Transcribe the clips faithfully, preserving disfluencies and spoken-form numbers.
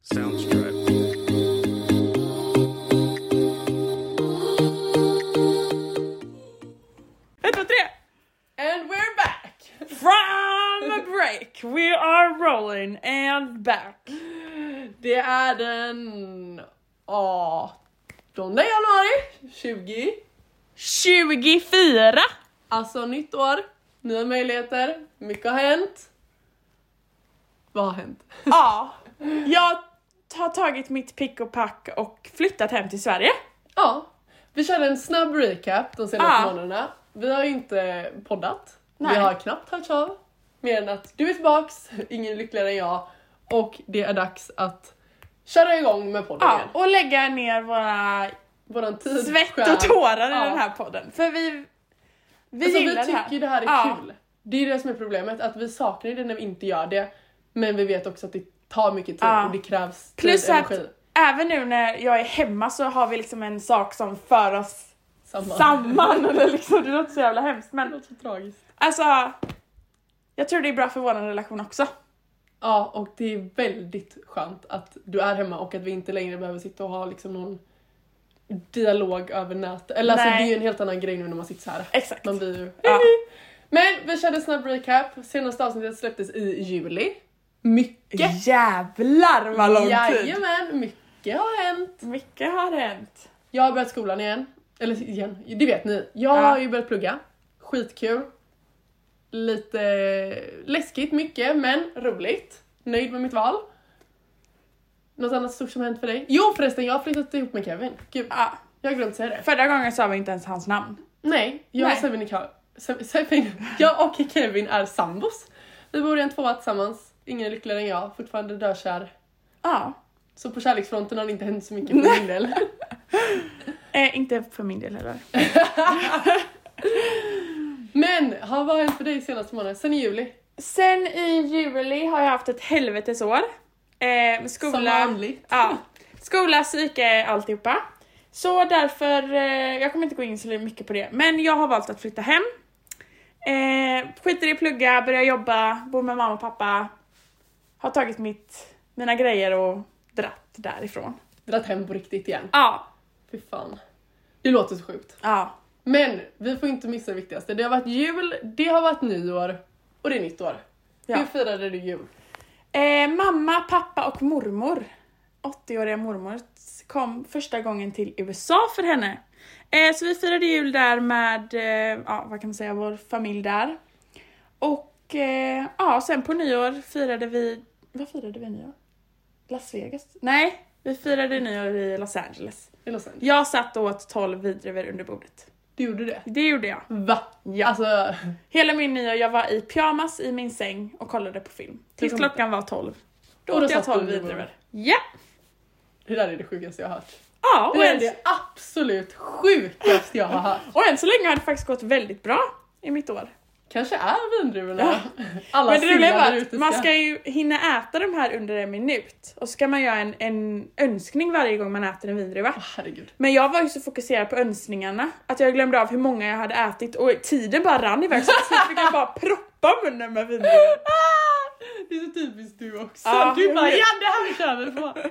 Soundstripe. Ett, två, tre! And we're back! From a break, we are rolling and back. Det är den artonde januari tjugo. tjugofyra. Alltså nytt år, nya möjligheter, mycket har hänt. Vad har hänt? Ja, jag har tagit mitt pick och pack och flyttat hem till Sverige. Ja, vi körde en snabb recap de senaste Ja. månaderna. Vi har ju inte poddat. Nej. Vi har knappt hört av. Mer än att du är tillbaks, ingen är lyckligare än jag. Och det är dags att köra igång med podden Ja, igen. och lägga ner våra Våran tid, svett skär. och tårar i Ja. den här podden. För vi, vi Alltså, gillar vi det här. tycker det här är Ja. kul. Det är det som är problemet, att vi saknar det när vi inte gör det. Men vi vet också att det tar mycket tid Ja. och det krävs Plus tid och att energi. även nu när jag är hemma så har vi liksom en sak som för oss Samma. samman. Eller liksom, det låter så jävla hemskt. Det Men låter så tragiskt. alltså, jag tror det är bra för vår relation också. Ja, och det är väldigt skönt att du är hemma och att vi inte längre behöver sitta och ha liksom någon dialog över nätet. Eller alltså, det Nej. är ju en helt annan grej nu när man sitter så här. Exakt. Man blir ju... Ja. Men vi körde snabb recap. Senaste avsnittet släpptes i juli. Mycket. Jävlar vad lång tid. Jajamän, mycket har hänt. Mycket har hänt. Jag har börjat skolan igen. Eller igen, det vet ni. Jag Ja. har ju börjat plugga. Skitkul. Lite läskigt mycket, men roligt. Nöjd med mitt val. Något annat stort som hänt för dig? Jo förresten, jag har flyttat ihop med Kevin. Gud, Ja. jag har glömt säga det. Förra gången sa vi inte ens hans namn. Nej, jag Nej. och Sevin, Sev- Sevin, jag och Kevin är sambos. Vi bor i en tvåa tillsammans. Ingen är lyckligare än jag, fortfarande dökär. Ja. Så på kärleksfronten har det inte hänt så mycket för min del. Eh, inte för min del heller. Men, ha, vad har hänt för dig senaste månaden? Sen i juli? Sen i juli har jag haft ett helvetesår. Eh, med skola, Som vanligt. Ja, skola, psyke, alltihopa. Så därför, eh, jag kommer inte gå in så mycket på det. Men jag har valt att flytta hem. Eh, skiter i plugga, börja jobba, bo med mamma och pappa. Har tagit mitt, mina grejer och dratt därifrån. Dratt hem på riktigt igen. Ja, Fy fan. Det låter så sjukt. ja. Men vi får inte missa det viktigaste. Det har varit jul, det har varit nyår och det är nytt år. Ja. Hur firade du jul? Eh, mamma, pappa och mormor, åttioåriga mormor, kom första gången till U S A för henne. Eh, så vi firade jul där med, eh, ja, vad kan man säga, vår familj där. Och eh, ja, sen på nyår firade vi, vad firade vi nyår? Las Vegas? Nej, vi firade nyår i Los Angeles. I Los Angeles. Jag satt och åt tolv vidröver under bordet. Du gjorde det? Det gjorde jag. Va? Ja. Alltså, Hela min nyår, jag var i pyjamas i min säng och kollade på film. Tills Klockan- klockan var tolv. Då Och då åt jag satt du tolv under vidröver. bordet. Ja! det där är det sjukaste jag har hört. Ja, och Det är än, det absolut sjukaste jag har hört. och än så länge har det faktiskt gått väldigt bra i mitt år. Kanske är vindruvorna. Ja. Alla Men det roliga singlar var där att ute man ska ju hinna äta de här under en minut. Och så ska man göra en, en önskning varje gång man äter en vindruva. Åh, herregud. Men jag var ju så fokuserad på önskningarna att jag glömde av hur många jag hade ätit. Och tiden bara rann iväg så till slut fick jag bara proppa munnen med vindruvor. Det är så typiskt du också. Ja, du bara, jag vet. ja det här kör vi på.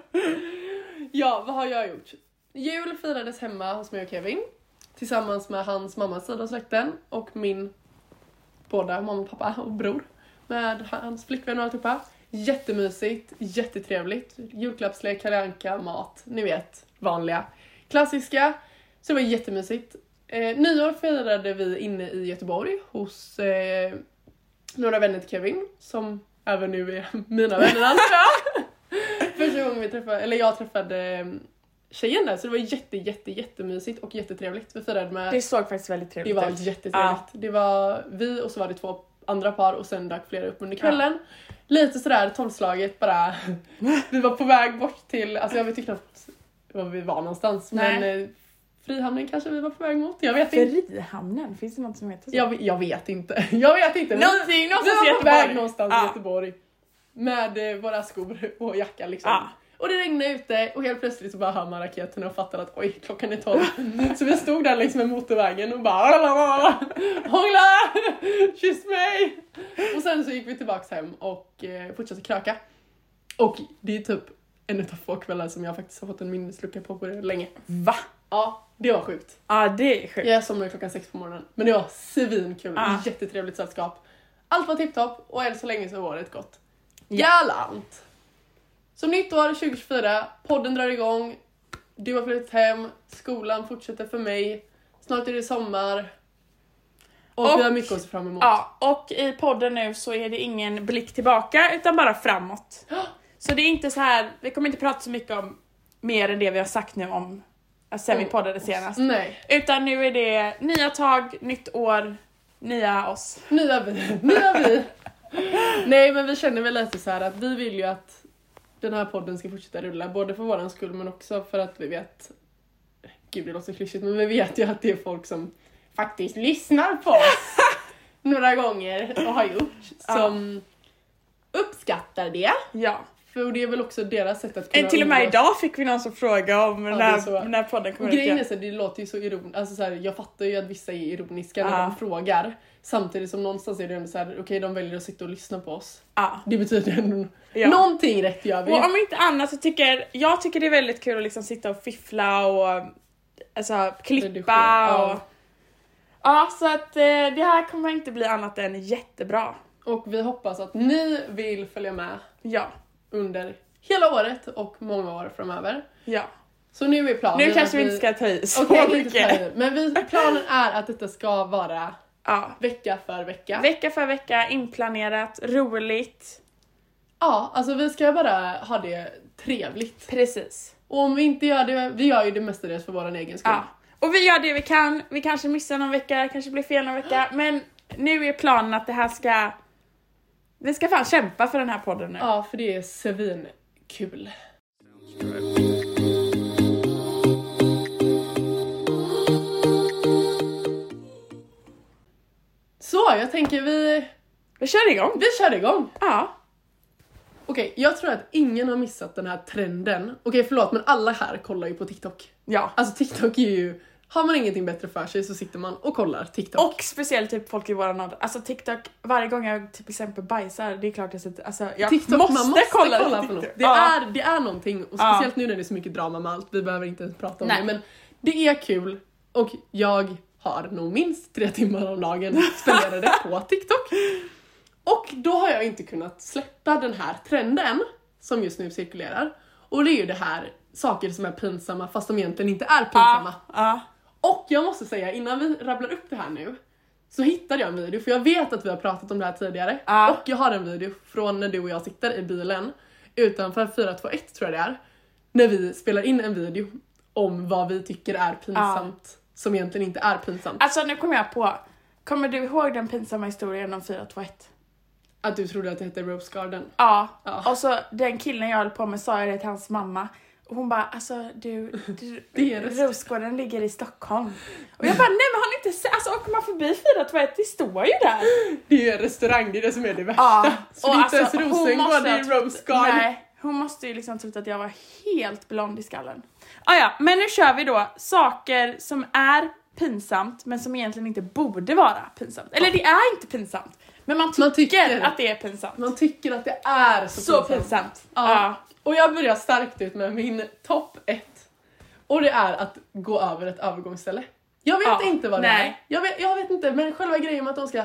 Ja, vad har jag gjort? Jul firades hemma hos mig och Kevin. Tillsammans med hans mammas sida av släkten. Och min båda mamma, pappa och bror. Med hans flickvän och alltihopa. Jättemysigt, jättetrevligt. Julklappslek, Kalle Anka, mat. Ni vet, vanliga. Klassiska. Så det var jättemysigt. Eh, nyår firade vi inne i Göteborg hos eh, några vänner till Kevin. Som även nu är mina vänner antar jag. Första gången vi träffade, eller jag träffade tjejen där. Så det var jätte, jätte, jättemysigt och jättetrevligt. Vi firade med... Det såg faktiskt väldigt Det trevligt var ut. jättetrevligt. Ja. Det var vi och så var det två andra par och sen dök flera upp under kvällen. Lite sådär tolvslaget bara. Vi var på väg bort till, alltså jag vet inte knappt var vi var någonstans. Nej. Men eh, Frihamnen kanske vi var på väg mot. Jag vet inte. Frihamnen, finns det något som heter så? Jag, jag vet inte. Jag vet inte. Men Någonting, vi någonstans i var på väg Göteborg. någonstans Ja. i Göteborg. Med eh, våra skor och jacka liksom. Ja. Och det regnade ute och helt plötsligt så bara hör man raketerna och fattar att oj, klockan är tolv. Så vi stod där längs med motorvägen och bara hångla, kyss mig. Och sen så gick vi tillbaks hem och eh, fortsatte kröka. Och det är typ en utav få kvällar som jag faktiskt har fått en minneslucka på på det länge. Va? Ja, det var sjukt. Ja, det är sjukt. Jag somnade klockan sex på morgonen. Men det var svinkul. Ja. Jättetrevligt sällskap. Allt var tipptopp och än så länge så var det ett gott. Ja. Galant! Så nytt år tjugo tjugofyra. Podden drar igång. Du har flyttat hem. Skolan fortsätter för mig. Snart är det sommar. Och, Och- vi har mycket att se fram emot. Ja, och i podden nu så är det ingen blick tillbaka utan bara framåt. Så det är inte så här, vi kommer inte prata så mycket om mer än det vi har sagt nu om sen vi Mm. poddade senast. Nej, Utan nu är det nya tag, nytt år, nya oss. nya vi. Nya vi. Nej, men vi känner väl lite så här att vi vill ju att den här podden ska fortsätta rulla. Både för våran skull men också för att vi vet... Gud, det låter klyschigt, men vi vet ju att det är folk som faktiskt lyssnar på oss några gånger och har gjort. Som uppskattar det. Ja. För det är väl också deras sätt att kunna En till och med umgås. idag fick vi någon som frågade om det är när, så. när podden kommer Och grejen är ut. så här, det låter ju så ironiskt, alltså så här, jag fattar ju att vissa är ironiska när Ja. de frågar. Samtidigt som någonstans är det ändå så här, okej okay, de väljer att sitta och lyssna på oss. Ja. Det betyder ändå Ja. någonting rätt gör vi. Och om inte annat så tycker jag tycker det är väldigt kul att liksom sitta och fiffla och alltså klippa Redigera, och ja. ja, så att eh, det här kommer inte bli annat än jättebra. Och vi hoppas att ni vill följa med Ja, under hela året och många år framöver. ja. Så nu är planen Nu att kanske vi inte ska ta i så Okej, okay, mycket. men vi, planen är att detta ska vara Ja. vecka för vecka. Vecka för vecka, inplanerat, roligt. Ja, alltså vi ska bara ha det trevligt. Precis. Och om vi inte gör det, vi gör ju det mestadels för vår egen skull. Ja. Och vi gör det vi kan. Vi kanske missar någon vecka, kanske blir fel någon vecka. Men nu är planen att det här ska... Vi ska fan kämpa för den här podden nu. Ja, för det är svinkul. Så, jag tänker vi, Vi kör igång. vi kör igång. Ja. Okej, jag tror att ingen har missat den här trenden. Okej, förlåt, men alla här kollar ju på TikTok. Ja. Alltså TikTok är ju... Har man ingenting bättre för sig så sitter man och kollar TikTok. Och speciellt typ folk i våran ålder. Alltså TikTok, varje gång jag till exempel bajsar, det är klart jag sitter... Alltså jag TikTok, måste, man måste kolla, kolla, TikTok. på något. Det, Ja. är, det är någonting, och Ja. speciellt nu när det är så mycket drama med allt. Vi behöver inte ens prata om Nej. det, men det är kul. Och jag har nog minst tre timmar om dagen spenderade på TikTok. Och då har jag inte kunnat släppa den här trenden som just nu cirkulerar. Och det är ju det här, saker som är pinsamma fast de egentligen inte är pinsamma. Ja. Ja. Och jag måste säga, innan vi rabblar upp det här nu, så hittade jag en video, för jag vet att vi har pratat om det här tidigare. Ja. Och jag har en video från när du och jag sitter i bilen utanför fyra två ett tror jag det är. När vi spelar in en video om vad vi tycker är pinsamt, som egentligen inte är pinsamt. Alltså nu kommer jag på, kommer du ihåg den pinsamma historien om fyra två ett? Att du trodde att det hette Rose Garden. Ja. Ja. Och så den killen jag höll på med sa jag det till hans mamma. Och hon bara, alltså du, du Det är det. Rosgården ligger i Stockholm. Och jag bara, nej men har ni inte sett, alltså åker man förbi fyra två ett, det står ju där. Det är ju en restaurang, det är det som är det värsta. Ja. Så det är inte ens hon Rosengård, måste det ha är trott- Rose Garden. Nej, hon måste ju liksom trott att jag var helt blond i skallen. Ah, ja, men nu kör vi då saker som är pinsamt men som egentligen inte borde vara pinsamt. Eller det är inte pinsamt, men man tycker, Man tycker- att det är pinsamt. Man tycker att det är så, Så pinsamt. Ja. Ja. Och jag börjar starkt ut med min topp ett. Och det är att gå över ett övergångsställe. Jag vet Ja, inte vad det nej. är. Jag vet, jag vet inte, men själva grejen med att de ska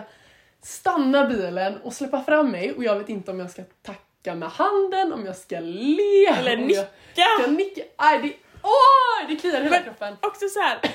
stanna bilen och släppa fram mig. Och jag vet inte om jag ska tacka med handen, om jag ska le. Eller om nicka. Jag ska nicka. Aj, det, åh, det kliar i hela Men- kroppen. Också så här.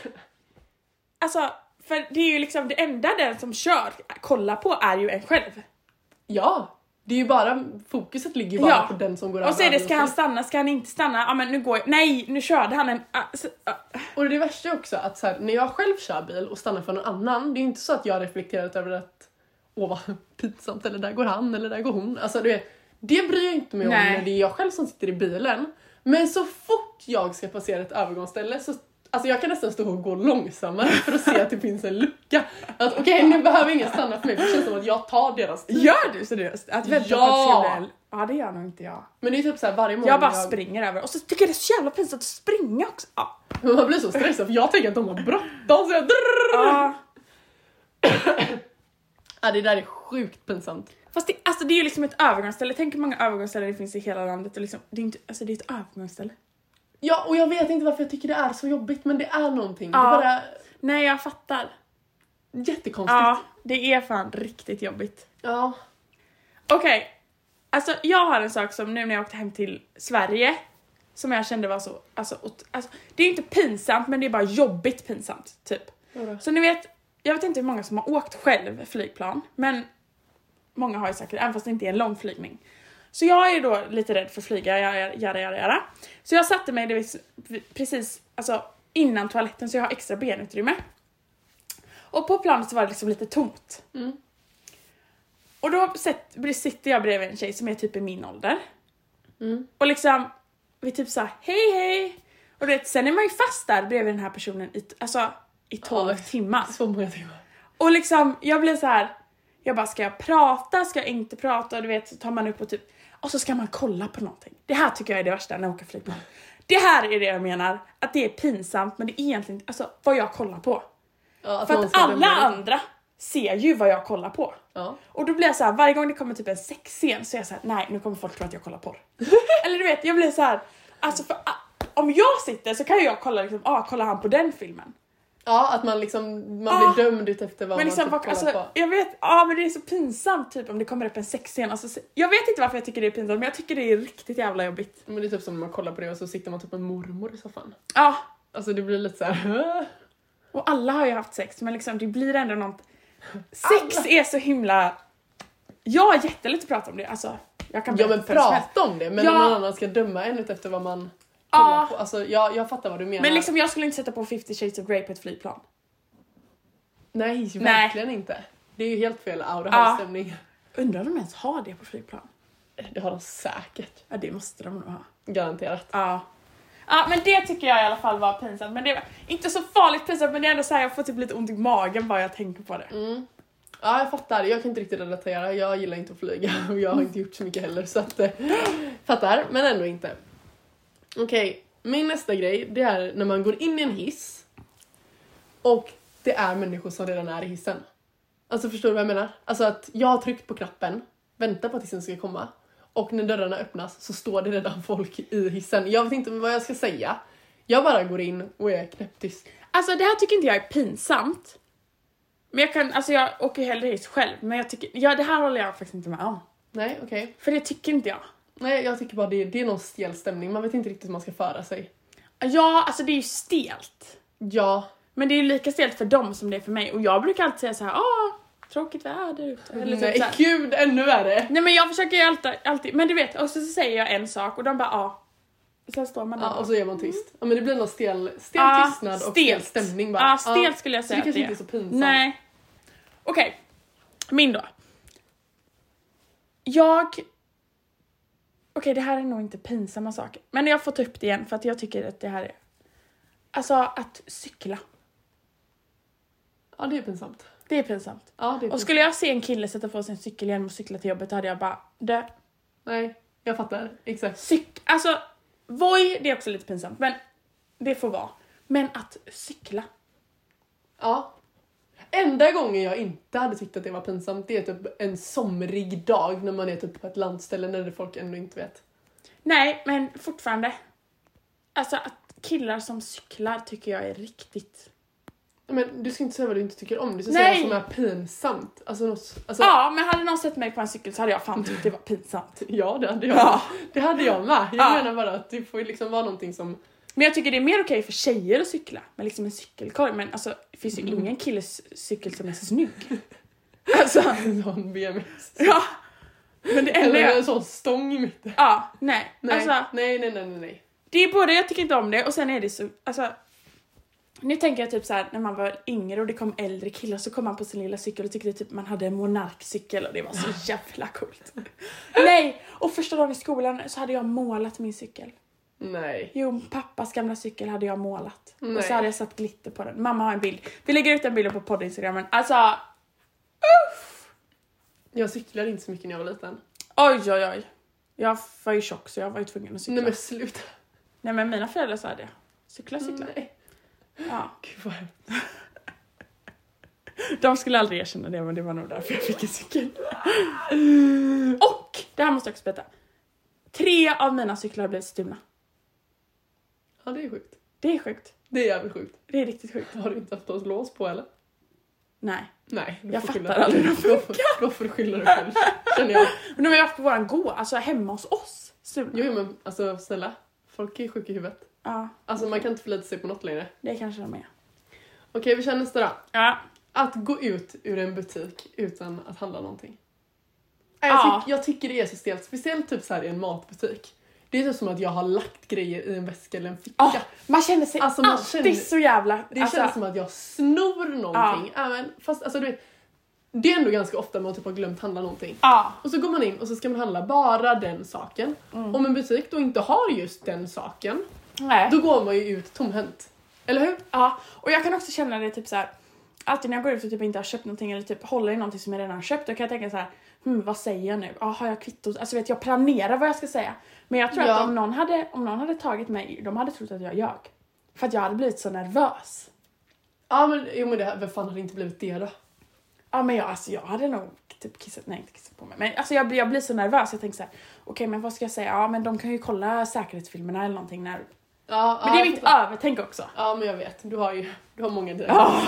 Alltså, för det är ju liksom det enda den som kör kollar på är ju en själv. Ja, det är ju bara, fokuset ligger ju bara Ja. på den som går över. Och så är det, ska han övergångsstället. stanna, ska han inte stanna? Ja men nu går jag, nej nu körde han en... Alltså, ah. Och det värsta är också att så här, när jag själv kör bil och stannar för någon annan, det är ju inte så att jag har reflekterat över att åh vad pinsamt, eller där går han, eller där går hon. Alltså du vet, det bryr jag inte mig om Nej. när det är jag själv som sitter i bilen. Men så fort jag ska passera ett övergångsställe så, alltså jag kan nästan stå och gå långsammare för att se att det finns en lucka. Att okej, okay, nu behöver ingen stanna för mig, för det känns som att jag tar deras tid. Gör du seriöst? Att vänta Ja. på att det ska bli... Ja det gör nog inte jag. Men det är typ så här varje morgon Jag bara springer över och så tycker jag det är så jävla pinsamt att springa också. Ja. man blir så stressad för jag tänker att de har bråttom så jag drrrr. Ja. Ja, det där är sjukt pinsamt. Fast det, alltså, det är ju liksom ett övergångsställe. Tänk hur många övergångsställen det finns i hela landet. Och liksom, det, är inte, alltså, det är ett övergångsställe. Ja, och jag vet inte varför jag tycker det är så jobbigt, men det är någonting. Ja. Det är bara Nej, jag fattar. jättekonstigt. Ja, det är fan riktigt jobbigt. Ja. Okej, okay. Alltså jag har en sak som nu när jag åkte hem till Sverige som jag kände var så, alltså, alltså det är inte pinsamt men det är bara jobbigt pinsamt typ. Mm. Så ni vet, jag vet inte hur många som har åkt själv flygplan, men många har ju säkert, även fast det inte är en lång flygning. Så jag är ju då lite rädd för att flyga, jada, jada, jada, jada. Så jag satte mig det precis alltså, innan toaletten så jag har extra benutrymme. Och på planet så var det liksom lite tomt. Mm. Och då sitter jag bredvid en tjej som är typ i min ålder. Mm. Och liksom, vi typ såhär, hej hej. Och det, sen är man ju fast där bredvid den här personen i, alltså, i tolv Ja, timmar. Så många timmar. Och liksom, jag blir så här. Jag bara, ska jag prata? Ska jag inte prata? Och du vet, så tar man upp och typ, och så ska man kolla på någonting. Det här tycker jag är det värsta när jag åker flygplan. Det här är det jag menar, att det är pinsamt, men det är egentligen, alltså, vad jag kollar på. Ja, för att alla andra ser ju vad jag kollar på. Ja. Och då blir jag så här, varje gång det kommer typ en sexscen så är jag så här, nej, nu kommer folk tro att jag kollar porr. Eller du vet, jag blir så här, alltså för, om jag sitter så kan ju jag kolla liksom, ah, kollar han på den filmen. Ja, att man liksom, man Ah, blir dömd ut efter vad men man liksom, typ vad, kollar alltså, på. jag vet, ja ah, men det är så pinsamt typ om det kommer upp en sexscen. Alltså, jag vet inte varför jag tycker det är pinsamt, men jag tycker det är riktigt jävla jobbigt. Men det är typ som när man kollar på det och så sitter man typ med mormor i soffan. Ja. Alltså det blir lite så här. Och alla har ju haft sex, men liksom det blir ändå något. Sex alla. Är så himla. Jag har jättelite att prata om det. Alltså, jag kan ja men prata om det, men ja. om någon annan ska döma en ut efter vad man kollar ja. på. Alltså jag, jag fattar vad du menar. Men liksom jag skulle inte sätta på fifty shades of Grey på ett flygplan. Nej, Nej. verkligen inte. Det är ju helt fel aura-stämning. Ja. Undrar om de ens har det på flygplan? Det har de säkert. Ja, det måste de nog ha. Garanterat. Ja. Ja, men det tycker jag i alla fall var pinsamt. Men det var inte så farligt pinsamt, men det är ändå så här, jag får typ lite ont i magen bara jag tänker på det. Mm. Ja, jag fattar. Jag kan inte riktigt relatera. Jag gillar inte att flyga och jag har inte gjort så mycket heller. Så att, eh, fattar, men ändå inte. Okej, okay. Min nästa grej, det är när man går in i en hiss och det är människor som redan är i hissen. Alltså förstår du vad jag menar? Alltså att jag har tryckt på knappen, väntar på att hissen ska komma. Och när dörrarna öppnas så står det redan folk i hissen. Jag vet inte vad jag ska säga. Jag bara går in och är knäpptyst. Alltså det här tycker inte jag är pinsamt. Men jag kan, alltså jag åker hellre hiss själv. Men jag tycker, ja det här håller jag faktiskt inte med om. Nej, okej. Okay. För det tycker inte jag. Nej, jag tycker bara det, det är någon stel stämning. Man vet inte riktigt hur man ska föra sig. Ja, alltså det är ju stelt. Ja. Men det är ju lika stelt för dem som det är för mig. Och jag brukar alltid säga så här, ah, tråkigt väder ute. Eller Nej, typ så här. gud, ännu värre. Nej, men jag försöker ju alltid, alltid, men du vet, och så, så säger jag en sak och de bara, ja. Ah. Sen står man där. Ja, och så är man tyst. Ja, men det blir någon stel, stel ah, tystnad och stelt. stel stämning bara. Ja, ah, stelt ah, skulle jag säga. Så det kanske inte är så pinsamt. Nej. Okej, okay. Min då. Jag... Okej, okay, det här är nog inte pinsamma saker. Men jag får ta upp det igen för att jag tycker att det här är... Alltså, att cykla. Ja, det är pinsamt. Det är pinsamt. Ja, det är pinsamt. Och skulle jag se en kille sätta på sin cykel igen och cykla till jobbet, hade jag bara, dö. Nej, jag fattar. Exakt. Cyk... Alltså, Voi, det är också lite pinsamt, men det får vara. Men att cykla. Ja. Enda gången jag inte hade tyckt att det var pinsamt, det är typ en somrig dag när man är typ på ett landställe när folk ändå inte vet. Nej, men fortfarande. Alltså att killar som cyklar tycker jag är riktigt... Men du ska inte säga vad du inte tycker om, du ska Nej. säga vad som är pinsamt. Alltså, något, alltså... Ja, men hade någon sett mig på en cykel så hade jag fan tyckt det var pinsamt. Ja, det hade jag. Ja. Det hade jag med. Jag Ja. menar bara att det får liksom vara någonting som... Men jag tycker det är mer okej för tjejer att cykla med liksom en cykelkorg. Men alltså, det finns ju Mm. ingen killes cykel som är snygg. Alltså, En sån B M X. ja. Men det enda Eller jag... en sån stång i mitten. Ja, nej. Nej, Alltså, nej, nej, nej, nej, nej. det är både, jag tycker inte om det och sen är det så, alltså... Nu tänker jag typ så här när man var yngre och det kom äldre killar så kom man på sin lilla cykel och tyckte typ man hade en monarkcykel och det var så jävla coolt. Nej, och första dagen i skolan så hade jag målat min cykel. Nej. Jo, pappas gamla cykel hade jag målat. Nej. Och så hade jag satt glitter på den. Mamma har en bild. Vi lägger ut den bilden på podd-instagrammen. Alltså, uff. Jag cyklade inte så mycket när jag var liten. Oj, oj, oj. Jag var ju tjock så jag var ju tvungen att cykla. Nej men sluta. Nej, men mina föräldrar sa det. Cykla, cykla. Nej. Ja. Gud vad hemskt. De skulle aldrig erkänna det, men det var nog därför jag fick en cykel. Och, det här måste jag också berätta. Tre av mina cyklar har blivit stulna. Ja, det är sjukt. Det är sjukt. Det är jävligt sjukt. Det är riktigt sjukt. Har du inte haft oss lås på eller? Nej. Nej. Jag fattar aldrig hur de funkar. Då får du skylla dig själv, känner jag. Men de har ju varit på våran gå, alltså hemma hos oss. Stulna. Jo, men alltså snälla. Folk är sjuka i huvudet. Ja, Alltså man kan inte förlita sig på något längre. det kanske de är. Okej, vi kör nästa då. Ja. Att gå ut ur en butik utan att handla någonting. Jag, Ja. tyck, jag tycker det är så stelt. Speciellt typ så här i en matbutik. Det är typ som att jag har lagt grejer i en väska eller en ficka. Ja, man känner sig Alltså, man alltid känner- så jävla... Det alltså, känns som att jag snor någonting. Ja. Men, fast alltså du vet, det är ändå ganska ofta man typ har glömt handla någonting. Ja. Och så går man in och så ska man handla bara den saken. Mm. Om en butik då inte har just den saken, Nej. då går man ju ut tomhänt. Eller hur? Ja, och jag kan också känna det typ så här. Alltid när jag går ut och typ inte har köpt någonting eller typ håller i någonting som jag redan har köpt, då kan jag tänka så här: hm, vad säger jag nu? Ah, har jag kvittot? Alltså vet jag planerar vad jag ska säga. Men jag tror Ja. att om någon hade om någon hade tagit mig, de hade trott att jag ljög. För att jag hade blivit så nervös. Ja men, jo, men det, vem fan hade inte blivit det då? Ja, men jag alltså jag hade nog typ kissat, nej inte kissat på mig. Men alltså jag blir jag blir så nervös. Jag tänker så här: okej, okay, men vad ska jag säga? Ja, men de kan ju kolla säkerhetsfilmerna eller någonting när. Ja, Men det är ja, mitt fattar. övertänk också. Ja men jag vet, du har ju du har många grejer. Ja.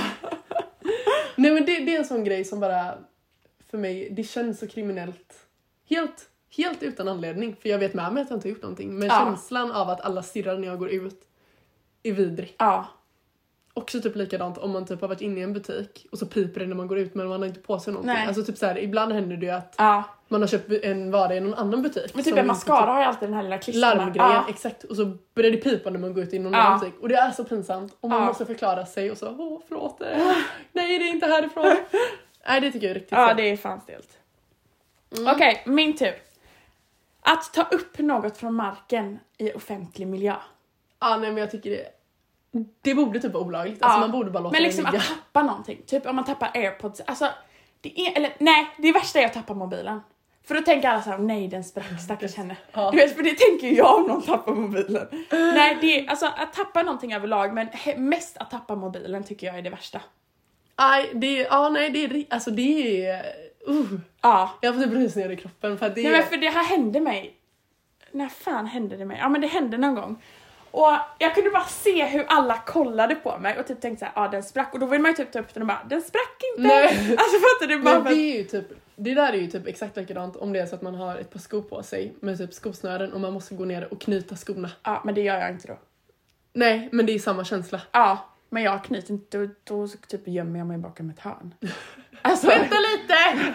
Nej men det, det är en sån grej som bara, för mig, det känns så kriminellt. Helt, helt utan anledning. För jag vet med mig att jag inte har gjort någonting. Men Ja. känslan av att alla stirrar när jag går ut är vidrig. Ja. Också typ likadant om man typ har varit inne i en butik och så piper det när man går ut men man har inte på sig någonting. Nej. Alltså typ så här, ibland händer det ju att Ja. man har köpt en vara i någon annan butik. Men typ som en inte mascara har ju alltid den här lilla typ klistret. larmgrejen, Ja. exakt. Och så börjar det pipa när man går ut i någon Ja. annan butik. Och det är så pinsamt. Och man Ja. måste förklara sig och så, åh förlåt. eh, Nej det är inte härifrån. Nej det tycker jag är riktigt Ja, fel. det är fan stelt. Mm. Okej, min tur. Att ta upp något från marken i offentlig miljö. Ja nej men jag tycker det det borde typ vara olagligt. Alltså Ja. man borde bara låta Men det liksom ligga. att tappa någonting. Typ om man tappar AirPods. Alltså, det är, eller nej, det värsta är att tappa mobilen. För då tänker alla så här: nej den sprack, stackars henne. Ja. Du vet, för det tänker ju jag om någon tappar mobilen. Nej, det är, alltså att tappa någonting överlag, men he- mest att tappa mobilen tycker jag är det värsta. Nej det är, ja nej det är, ri- alltså det är, uh. Ja. Jag får typ rysningar i kroppen för att det Nej är... men för det här hände mig. När fan hände det mig? Ja men det hände någon gång. Och jag kunde bara se hur alla kollade på mig och typ tänkte så här: ja ah, den sprack. Och då vill man ju typ ta upp den och bara: den sprack inte. Nej. Alltså fattar du? Bara Men det är ju typ, det där är ju typ exakt likadant om det är så att man har ett par skor på sig med typ skosnören och man måste gå ner och knyta skorna. Ja, men det gör jag inte då. Nej, men det är samma känsla. Ja, men jag knyter inte, då, då typ gömmer jag mig bakom ett hörn. Alltså, Vänta lite!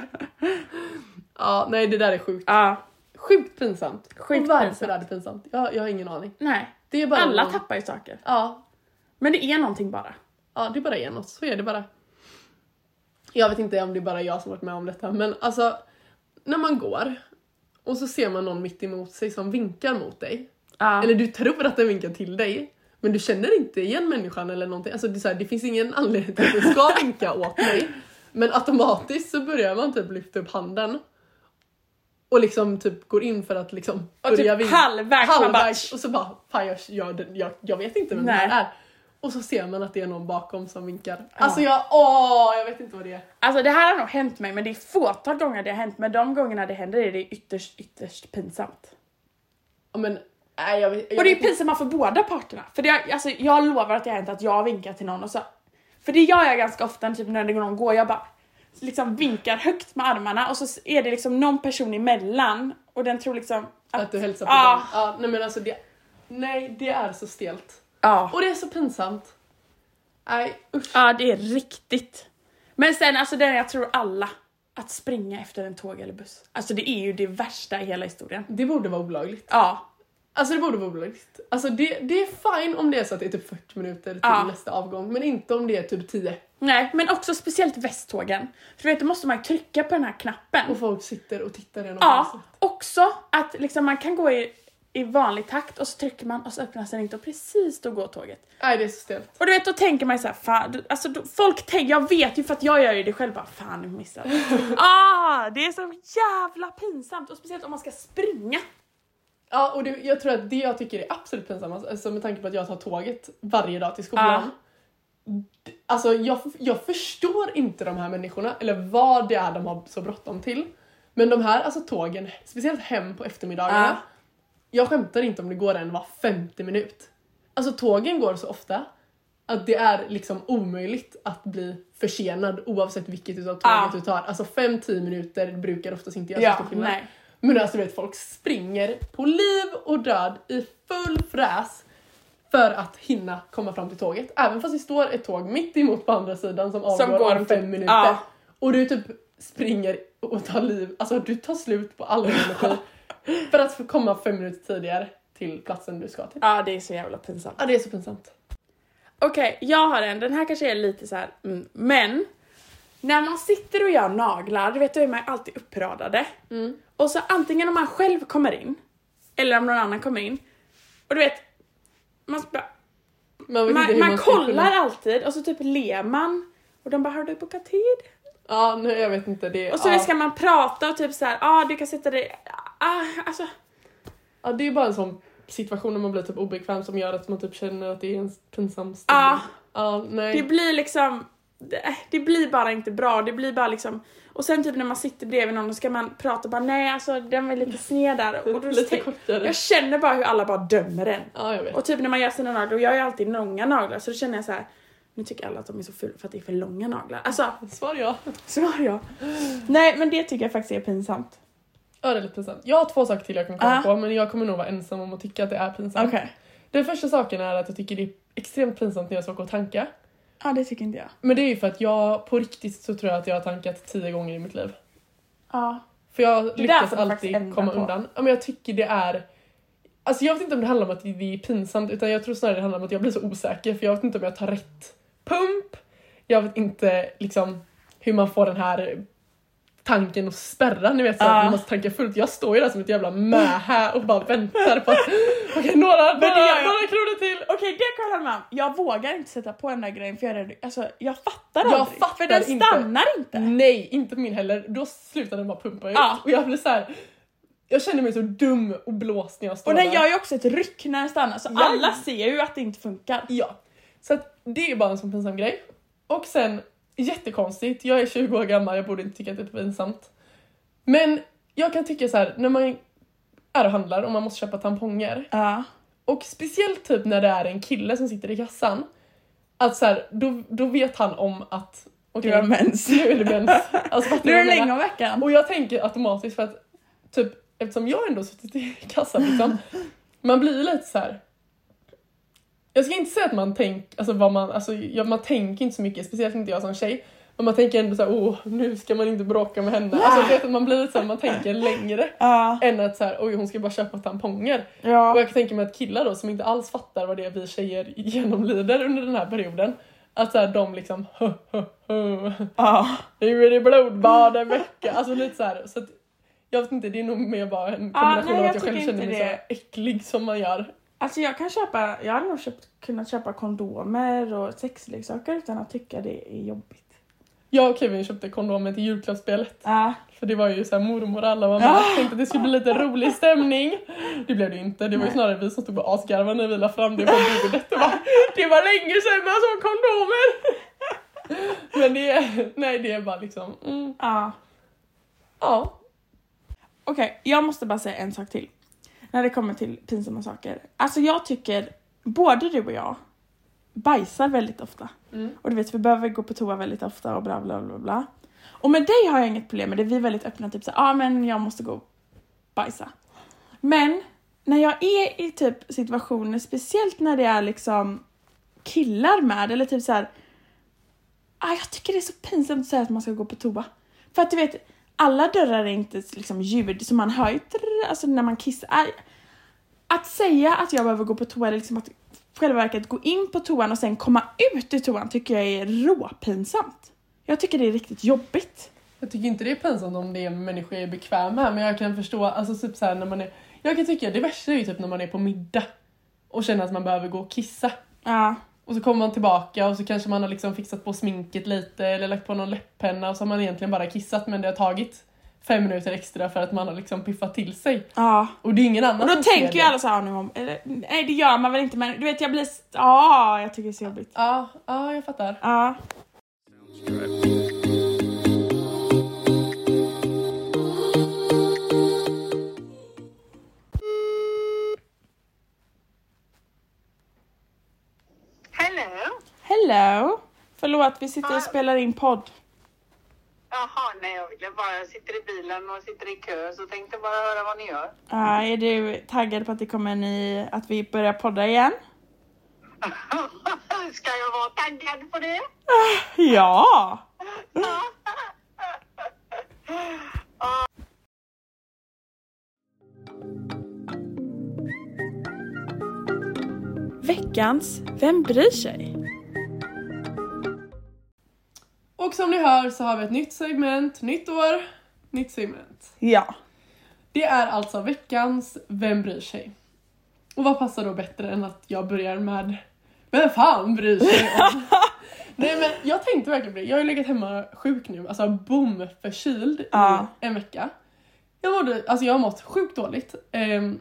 Ja, nej det där är sjukt. ja, Sjukt pinsamt. Sjukt och varför pinsamt. är det pinsamt? Jag, jag har ingen aning. nej. Det är bara Alla någon... tappar ju saker. Ja, Men det är någonting bara. ja, det bara är något. Så är det bara. Jag vet inte om det är bara jag som varit med om detta. Men alltså, när man går och så ser man någon mitt emot sig som vinkar mot dig. Ja. Eller du tror att den vinkar till dig. Men du känner inte igen människan eller någonting. Alltså det, är så här, det finns ingen anledning till att den ska vinka åt dig. Men automatiskt så börjar man typ lyfta upp handen. Och liksom typ går in för att liksom och börja typ vinka. halvvägs, man bara, Halvvägs. Och så bara, fan jag, jag, jag, jag vet inte vem det Nej. här är. Och så ser man att det är någon bakom som vinkar. Alltså jag, åh, jag vet inte vad det är. Alltså det här har nog hänt mig, men det är fåtal gånger det har hänt. Men de gångerna det händer är det ytterst, ytterst pinsamt. Ja, men, nej, jag vet, jag Och det är vet inte. pinsamt för båda parterna. För det, alltså, jag lovar att det har hänt att jag vinkar till någon och så. För det gör jag ganska ofta typ när det går någon går. Jag bara liksom vinkar högt med armarna och så är det liksom någon person emellan och den tror liksom Att, att, du hälsar på Ja. dem. Ja, nej men alltså det, nej det är så stelt. ja. Och det är så pinsamt. Nej, usch. Ja, det är riktigt. Men sen alltså den jag tror alla, att springa efter en tåg eller buss. Alltså det är ju det värsta i hela historien. Det borde vara olagligt. Ja. Alltså det borde vara olagligt. Alltså det, det är fine om det är så att det är typ fyrtio minuter till Ja. nästa avgång. Men inte om det är typ tio. Nej, men också speciellt västtågen. För du vet, då måste man trycka på den här knappen. Och folk sitter och tittar genom Ja, fönstret. också att liksom man kan gå i, i vanlig takt och så trycker man och så öppnas den inte och precis då går tåget. Nej, det är så stelt. Och du vet, då tänker man ju så här, fan, du, alltså då, folk tänker, jag vet ju för att jag gör ju det själv bara, fan nu missade jag. Ah, det är så jävla pinsamt och speciellt om man ska springa. Ja, och det, jag tror att det jag tycker är absolut pinsamt, alltså med tanke på att jag tar tåget varje dag till skolan. Alltså jag, jag förstår inte de här människorna. Eller vad det är de har så bråttom till. Men de här alltså tågen, speciellt hem på eftermiddagarna. Ja. Jag skämtar inte om det går en var femtio minut. Alltså tågen går så ofta att det är liksom omöjligt att bli försenad oavsett vilket utav tåget Ja. du tar. Alltså fem till tio minuter brukar oftast inte göra Ja, så stor skillnad. nej. Men alltså du vet, folk springer på liv och död i full fräs för att hinna komma fram till tåget. Även fast det står ett tåg mitt emot på andra sidan som avgår Som går om fem typ- minuter. ja. Och du typ springer och tar liv. Alltså du tar slut på all energi för att få komma fem minuter tidigare till platsen du ska till. Ja, det är så jävla pinsamt. Ja, det är så pinsamt. Okej, jag har en. Den här kanske är lite så här, mm, men när man sitter och gör naglar, du vet, då är man alltid uppradade. Mm. Och så antingen om man själv kommer in eller om någon annan kommer in. Och du vet, man, ska bara, Man, vet inte man, hur man ska kollar kunna- alltid och så typ ler man. Och de bara, har du bokat tid? Ja, nej, jag vet inte. Det, Och så ja. ska man prata och typ så här, ja ah, du kan sätta dig, ah, alltså. Ja, det är ju bara en sån situation när man blir typ obekväm som gör att man typ känner att det är en pinsam stund. Ja. Ja, nej. Det blir liksom, det, det blir bara inte bra, det blir bara liksom. Och sen typ när man sitter bredvid någon, då ska man prata bara, nej alltså den var lite sned där. Och då Lite kortare. jag känner bara hur alla bara dömer en. Ja, jag vet. Och typ när man gör sina naglar, och jag gör ju alltid långa naglar, så då känner jag så här, nu tycker alla att de är så fula för att det är för långa naglar. Alltså, Svar ja. svar jag. Nej, men det tycker jag faktiskt är pinsamt. Ja, det är lite pinsamt. Jag har två saker till jag kan komma Ah. på, men jag kommer nog vara ensam om att tycka att det är pinsamt. Okej. Den första saken är att jag tycker det är extremt pinsamt när jag ska åka och tanka. Ja, det tycker inte jag. Men det är ju för att jag på riktigt så tror jag att jag har tankat tio gånger i mitt liv. Ja. För jag där lyckas får du faktiskt alltid ändra komma på. undan. Ja, men jag tycker det är... Alltså jag vet inte om det handlar om att det är pinsamt, utan jag tror snarare det handlar om att jag blir så osäker. För jag vet inte om jag tar rätt pump. Jag vet inte liksom hur man får den här tanken att spärra. Ni vet så att Ja. man måste tanka fullt. Jag står ju där som ett jävla mö här och bara väntar på att okej, okay, några, några, det gör jag. några kronor till. Okej, det kan jag hålla med om. Jag vågar inte sätta på den där grejen för jag är rädd. Alltså, jag fattar Jag aldrig. fattar för den inte. stannar inte. Nej, inte min heller. Då slutar den bara pumpa ut. Ja. Och jag blir så här. Jag känner mig så dum och blåst när jag står Och den där. gör ju också ett ryck när den stannar, så Ja. alla ser ju att det inte funkar. Ja, så att det är bara en sån pinsam grej. Och sen, jättekonstigt, jag är tjugo år gammal, jag borde inte tycka att det är pinsamt. Men jag kan tycka så här, när man är och handlar och man måste köpa tamponger. Ja. Och speciellt typ när det är en kille som sitter i kassan. Att så här, då, då vet han om att okej, Du har mens. nu är det mens. Alltså, fattar Nu du är vad det jag länge menar? om veckan. Och jag tänker automatiskt för att typ, eftersom jag ändå suttit i kassan liksom, man blir lite så här. Jag ska inte säga att man tänker, alltså vad man, alltså ja, man tänker inte så mycket, speciellt inte jag som tjej. Men man tänker ändå så här, åh, nu ska man inte bråka med henne. Alltså jag vet att man blir lite så här, man tänker längre. Ja. Än att så här, oj, hon ska bara köpa tamponger. Och Ja. jag kan tänka mig att killar då, som inte alls fattar vad det är vi tjejer genomlider under den här perioden. Att så här, de liksom, hö, hö, hö. Ja. Nu är det blodbad en vecka. Alltså lite så här, så att jag vet inte, det är nog mer bara en kombination nej, av jag att jag själv tycker känner inte mig det. så äcklig som man gör. Alltså jag kan köpa, jag hade nog köpt, kunnat köpa kondomer och sexleksaker utan att tycka det är jobbigt. Jag och Kevin köpte kondomer till julklappsspelet. Ja. För det var ju så här mormor och alla var med. Ah. Jag tänkte att det skulle bli lite rolig stämning. Det blev det ju inte. Det var ju snarare vi som stod på asgarvan när vi la fram det på bordet. Det var, det var länge sedan man såg kondomer. Men det är, nej det är bara liksom, mm, Ja. ja. Okej, jag måste bara säga en sak till. När det kommer till pinsamma saker. Alltså jag tycker, både du och jag bajsar väldigt ofta. Mm. Och du vet, vi behöver gå på toa väldigt ofta och bla bla bla bla. Och med dig har jag inget problem med det. Vi är väldigt öppna, typ så ja ah, men jag måste gå och bajsa. Men när jag är i typ situationer, speciellt när det är liksom killar med, eller typ så här, ah, jag tycker det är så pinsamt att säga att man ska gå på toa. För att du vet, alla dörrar är inte liksom ljud, så man hör ju trrr, alltså när man kissar. Aj. Att säga att jag behöver gå på toa, eller liksom att själva verket gå in på toan och sen komma ut ur toan, tycker jag är råpinsamt. Jag tycker det är riktigt jobbigt. Jag tycker inte det är pinsamt om det är människor är bekväma, men jag kan förstå, alltså typ så här när man är, jag kan tycka det värsta är ju typ när man är på middag och känner att man behöver gå och kissa. Ja. Och så kommer man tillbaka och så kanske man har liksom fixat på sminket lite eller lagt på någon läpppenna och så har man egentligen bara kissat, men det har tagit fem minuter extra för att man har liksom piffat till sig. Ja. Och det är ingen annan och då som tänker ser ju det. alla så här nu om, eller, nej det gör man väl inte, men du vet jag blir, ja jag tycker det är så jobbigt. Ja, ja, jag fattar. Ja. Hello. Hello. Förlåt, vi sitter och spelar in podd. Jaha, nej jag ville bara, jag sitter i bilen och sitter i kö så tänkte bara höra vad ni gör. Ja, är du taggad på att det kommer en ny, att vi börjar podda igen? Ska jag vara taggad på det? Ja. Veckans Vem bryr sig? Och som ni hör så har vi ett nytt segment, nytt år, nytt segment. Ja. Det är alltså veckans Vem bryr sig? Och vad passar då bättre än att jag börjar med Vem fan bryr sig om? Nej men jag tänkte verkligen på det. Jag har ju legat hemma sjuk nu, alltså boom förkyld Ja. i en vecka. Jag mådde, alltså jag har mått sjukt dåligt. Um,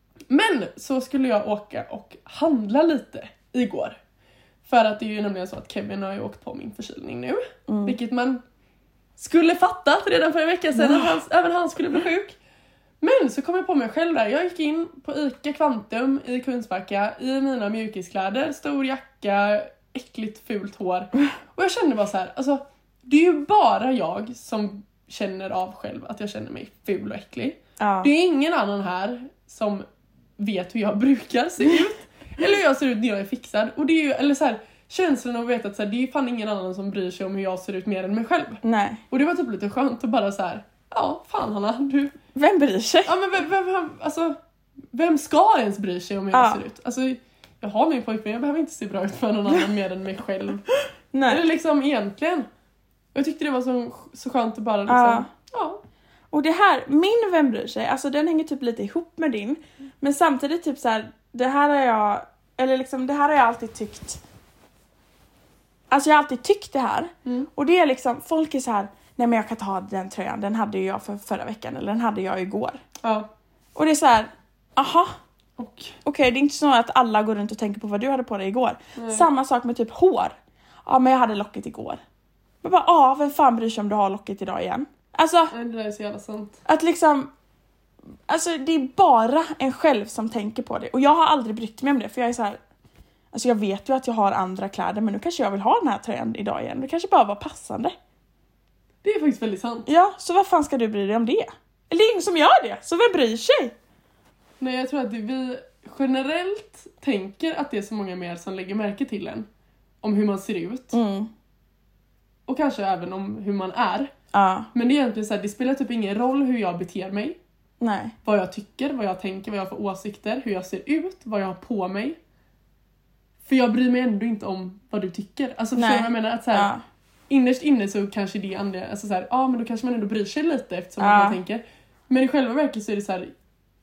men så skulle jag åka och handla lite igår. För att det är ju nämligen så att Kevin har ju åkt på min förkylning nu. Mm. Vilket man skulle fattat redan för en vecka sedan att han, även han skulle bli sjuk. Men så kom jag på mig själv där. Jag gick in på Ica Kvantum i Kungsbacka i mina mjukiskläder, stor jacka, äckligt fult hår. Och jag kände bara så här, alltså det är ju bara jag som känner av själv att jag känner mig ful och äcklig. Ja. Det är ingen annan här som vet hur jag brukar se ut. Eller hur jag ser ut när jag är fixad. Och det är ju, eller så här, känslan av att veta att så här, det är fan ingen annan som bryr sig om hur jag ser ut mer än mig själv. Nej. Och det var typ lite skönt att bara så här, ja, fan Hanna, du... Vem bryr sig? Ja, men vem, vem, vem, alltså, vem ska ens bry sig om hur jag Ja. ser ut? Alltså, jag har min pojkvän, jag behöver inte se bra ut för någon annan mer än mig själv. Nej. Eller liksom egentligen. Jag tyckte det var så, så skönt att bara liksom, Ja. ja. Och det här, min Vem bryr sig, alltså den hänger typ lite ihop med din. Men samtidigt typ så här, det här har jag, eller liksom det här har jag alltid tyckt. Alltså jag har alltid tyckt det här. Mm. Och det är liksom, folk är så här, nej men jag kan ta den tröjan, den hade jag för förra veckan, eller den hade jag igår. Ja. Och det är så här, aha, Och, okej okay, det är inte så att alla går runt och tänker på vad du hade på dig igår. Nej. Samma sak med typ hår. Ja men jag hade locket igår. Jag bara, ja vem fan bryr sig om du har locket idag igen? Alltså, det där är så jävla sant. att liksom, alltså det är bara en själv som tänker på det. Och jag har aldrig brytt mig om det, för jag är så här, alltså jag vet ju att jag har andra kläder, men nu kanske jag vill ha den här tröjan idag igen. Det kanske bara var passande. Det är faktiskt väldigt sant. Ja, så vad fan ska du bry dig om det? Eller det är ingen som gör det, så vem bryr sig? Nej, jag tror att det, vi generellt tänker att det är så många mer som lägger märke till en. Om hur man ser ut. Mm. Och kanske även om hur man är. Ja, Men det är egentligen så här, det spelar typ ingen roll hur jag beter mig. nej. Vad jag tycker, vad jag tänker, vad jag har för åsikter, hur jag ser ut, vad jag har på mig. För jag bryr mig ändå inte om vad du tycker. Alltså förstår du vad jag menar? Att så här, Ja. innerst inne så kanske det är anledningen, alltså så här, ja men då kanske man ändå bryr sig lite eftersom Ja. man tänker. Men i själva verket så är det så här,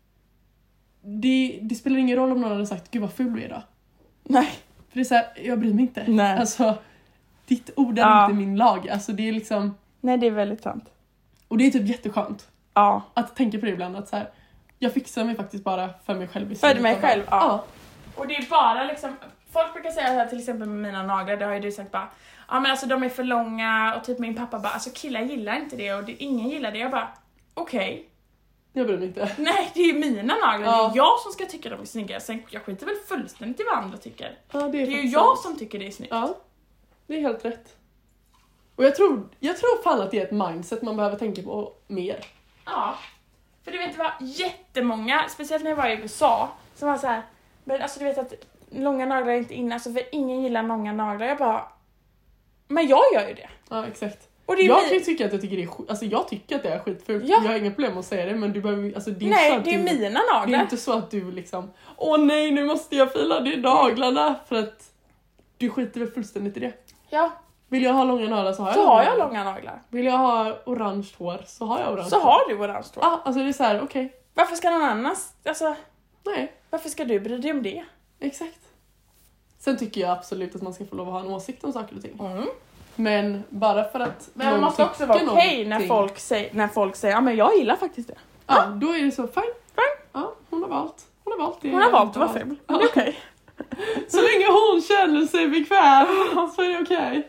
det, det spelar ingen roll om någon hade sagt, gud vad ful du är idag. Nej. För det är så här, jag bryr mig inte. Nej. Alltså, ditt ord är Ja. inte min lag. Alltså det är liksom, Nej, det är väldigt sant. och det är typ jätteskönt Ja. att tänka på det ibland. Att så här, jag fixar mig faktiskt bara för mig själv. För mig själv, ja. ja. Och det är bara liksom, folk brukar säga så här, till exempel med mina naglar, det har ju du sagt bara, ja men alltså de är för långa, och typ min pappa bara, alltså killar gillar inte det och det, ingen gillar det. Jag bara, okej. Okay. Jag bryr mig inte. Nej, det är ju mina naglar, Ja. det är jag som ska tycka de är snygga. Sen, jag skiter väl fullständigt i vad andra tycker. Ja, det är, Det är ju faktiskt jag sant. som tycker det är snyggt. Ja, det är helt rätt. Och jag tror, jag tror fan att det är ett mindset man behöver tänka på mer. Ja. För du vet, det var jättemånga, speciellt när jag var i U S A, som var så här, men alltså du vet att långa naglar är inte inne, alltså för ingen gillar långa naglar. Jag bara, men jag gör ju det. Ja, exakt. Och det är Jag mi- kan ju tycka att jag tycker det är skit, alltså jag tycker att det är skitfult. Ja. Jag har inga problem att säga det, men du behöver, alltså det är Nej, så att det är du, mina det är naglar. inte så att du liksom, åh nej nu måste jag fila det i naglarna, för att du skiter väl fullständigt i det. Ja, Vill jag ha långa naglar så har jag så långa har jag naglar. långa naglar. Vill jag ha orange hår så har jag orange Så hår. har du orange hår. Ja, alltså det är så här, okej. Varför ska någon annan, alltså, Nej, varför ska du bry dig om det? exakt. Sen tycker jag absolut att man ska få lov att ha en åsikt om saker och ting. Mm. Men bara för att Men det måste också vara okej okay när folk säger, när folk säger, ja men jag gillar faktiskt det. Ja, ja då är det så, fine. Fine. Ja, hon har valt. Hon har valt det. Hon har valt att vara ful. Ja. Det är okej. Okay. Så länge hon känner sig bekväm så är det okej. Okay.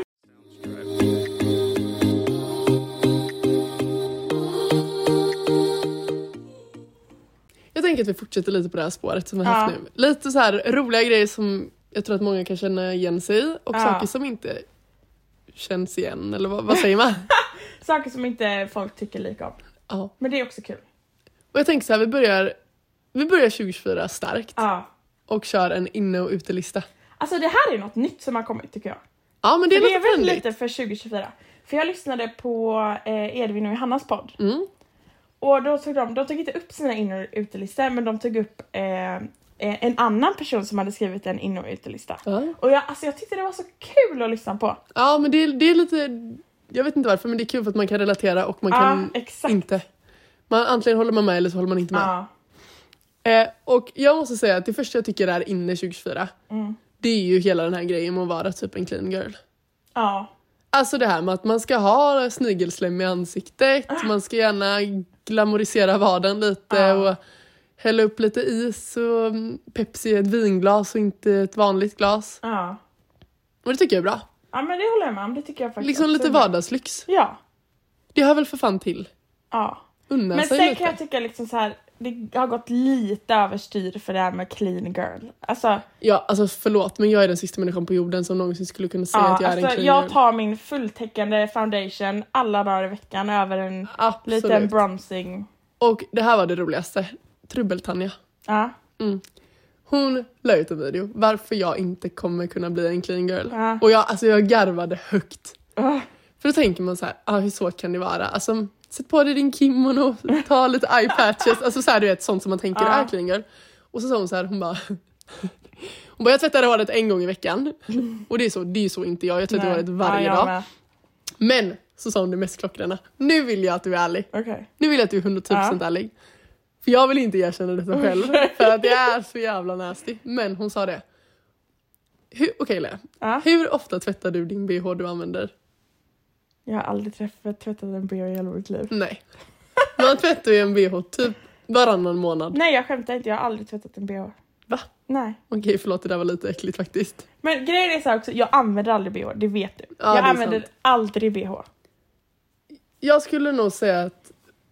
Jag tänker att vi fortsätter lite på det här spåret som vi har haft ja. nu. Lite så här roliga grejer som jag tror att många kan känna igen sig i. Och ja. saker som inte känns igen. Eller vad, vad säger man? Saker som inte folk tycker lika om. Ja. Men det är också kul. Och jag tänker så här, vi börjar, vi börjar tjugo tjugofyra starkt. Ja. Och kör en inne- och utelista. Alltså det här är något nytt som har kommit tycker jag. Ja, men det är, för lite, det är väl lite för tjugo tjugofyra. För jag lyssnade på eh, Edvin och Johannas podd. Mm. Och då tog de, de tog inte upp sina in- och utelistor, men de tog upp eh, en annan person som hade skrivit en in- och utelista. Mm. Och jag, alltså jag tyckte det var så kul att lyssna på. Ja, men det är, det är lite, jag vet inte varför, men det är kul för att man kan relatera och man ja, kan exakt. inte. Man, antingen håller man med eller så håller man inte med. Ja. Eh, och jag måste säga att det första jag tycker är inne tjugo tjugofyra, mm. det är ju hela den här grejen med att vara typ en clean girl. Ja. Alltså det här med att man ska ha snigelslem i ansiktet, ah. man ska gärna glamorisera vardagen lite ah. och hälla upp lite is och Pepsi i ett vinglas och inte ett vanligt glas. Ja. Och det tycker jag är bra. Ja, men det håller jag med om. Det tycker jag faktiskt. Liksom lite vardagslyx. Ja. Det har väl för fan till. Ja. Unna men sig sen lite. kan jag tycka liksom så här, det har gått lite överstyr för det här med clean girl. Alltså, ja, alltså förlåt, men jag är den sista människan på jorden som någonsin skulle kunna säga ja, att jag alltså, är en clean jag girl. tar min fulltäckande foundation alla dagar i veckan över en Absolut. liten bronzing. Och det här var det roligaste. Trubbel-Tanja. Ja. Mm. Hon la ut en video varför jag inte kommer kunna bli en clean girl. Ja. Och jag, alltså jag garvade högt. Uh. För då tänker man så här, ah, hur så kan det vara? Alltså, sätt på dig din kimono, ta lite eye patches. Alltså så här, du vet, sånt som man tänker uh. är clean girl. Och så sa hon så här, hon bara... hon bara, jag tvättar håret en gång i veckan. Och det är så, det är ju så inte jag. Jag tvättar håret varje ja, dag. Med. Men, så sa hon det mest klockrena. Nu vill jag att du är ärlig. Okay. Nu vill jag att du är hundratio procent uh. ärlig. För jag vill inte erkänna detta själv. För att det är så jävla nasty. Men hon sa det. Okej okay, Lea. Uh. Hur ofta tvättar du din B H du använder? Jag har aldrig träffat tvättat en B H i hela mitt liv. Nej. Man tvättar ju en B H typ varannan månad. Nej, jag skämtar inte. Jag har aldrig tvättat en B H. Va? Nej. Okej, förlåt. Det där var lite äckligt faktiskt. Men grejen är så här också. Jag använder aldrig B H. Det vet du. Ja, jag använder sant. aldrig B H. Jag skulle nog säga att...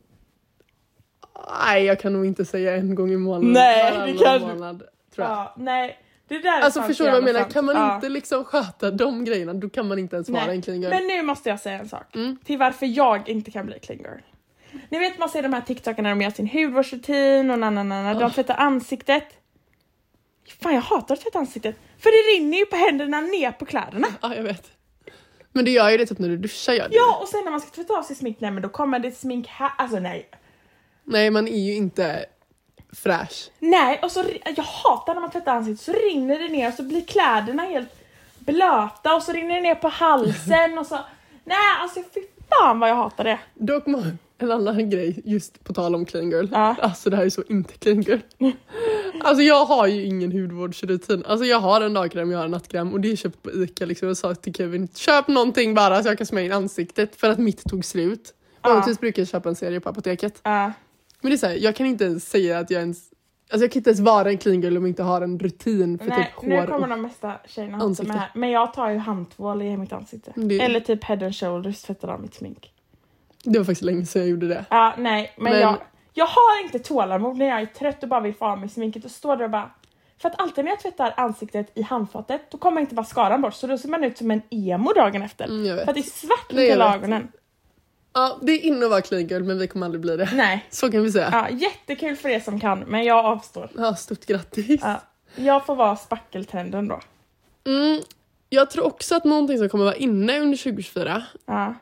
Nej, jag kan nog inte säga en gång i månaden. Nej, det kan månad, tror jag. Ja, nej. Det där är alltså förstår du vad jag menar? sant. Kan man ja. inte liksom sköta de grejerna, då kan man inte ens vara en clean girl. Men nu måste jag säga en sak. Mm. Till varför jag inte kan bli clean girl. Ni vet man ser de här TikTokarna när de gör sin hudvårdsrutin och nananana. De tvättar ansiktet. Fan, jag hatar att tvätta ansiktet. För det rinner ju på händerna ner på kläderna. Ja, jag vet. Men det gör ju det typ när du duschar, gör det. Ja, och sen när man ska tvätta av sig smink, nej, men då kommer det smink här. Alltså nej. Nej, man är ju inte fräsch. Nej, och så jag hatar när man tvättar ansiktet. Så rinner det ner och så blir kläderna helt blöta. Och så rinner det ner på halsen. Och så, nej, alltså fy fan vad jag hatar det. Dock en annan grej, just på tal om clean girl. Ja. Alltså det här är så inte clean girl. Alltså jag har ju ingen hudvårdsrutin. Alltså jag har en dagkräm, jag har en nattkräm. Och det är köpt på Ica liksom. Jag sa till Kevin, köp någonting bara så jag kan smörja in ansiktet. För att mitt tog slut. Vanligtvis ja. brukar jag köpa en serie på apoteket. Ja. Men det är så här, jag kan inte ens säga att jag ens... Alltså jag kan inte ens vara en clean girl om jag inte har en rutin för nej, typ hår. Nu kommer de mesta tjejerna ha med här. Men jag tar ju handtvål i mitt ansikte. Det... Eller typ head and shoulders tvättar av mitt smink. Det var faktiskt länge sedan jag gjorde det. Ja, nej. Men, men... Jag, jag har inte tålamod när jag är trött och bara vill få av mig sminket. Och står där och bara... För att alltid när jag tvättar ansiktet i handfatet, då kommer inte bara skaran bort. Så då ser man ut som en emo dagen efter. Mm, för att det är svart runt hela ögonen. Ja, det är inne att vara clean girl, men vi kommer aldrig bli det. Nej. Så kan vi säga. Ja, jättekul för er som kan, men jag avstår. Ja, stort grattis. Ja, jag får vara spackeltrenden då. Mm, jag tror också att någonting som kommer vara inne under tjugo tjugofyra. Ja.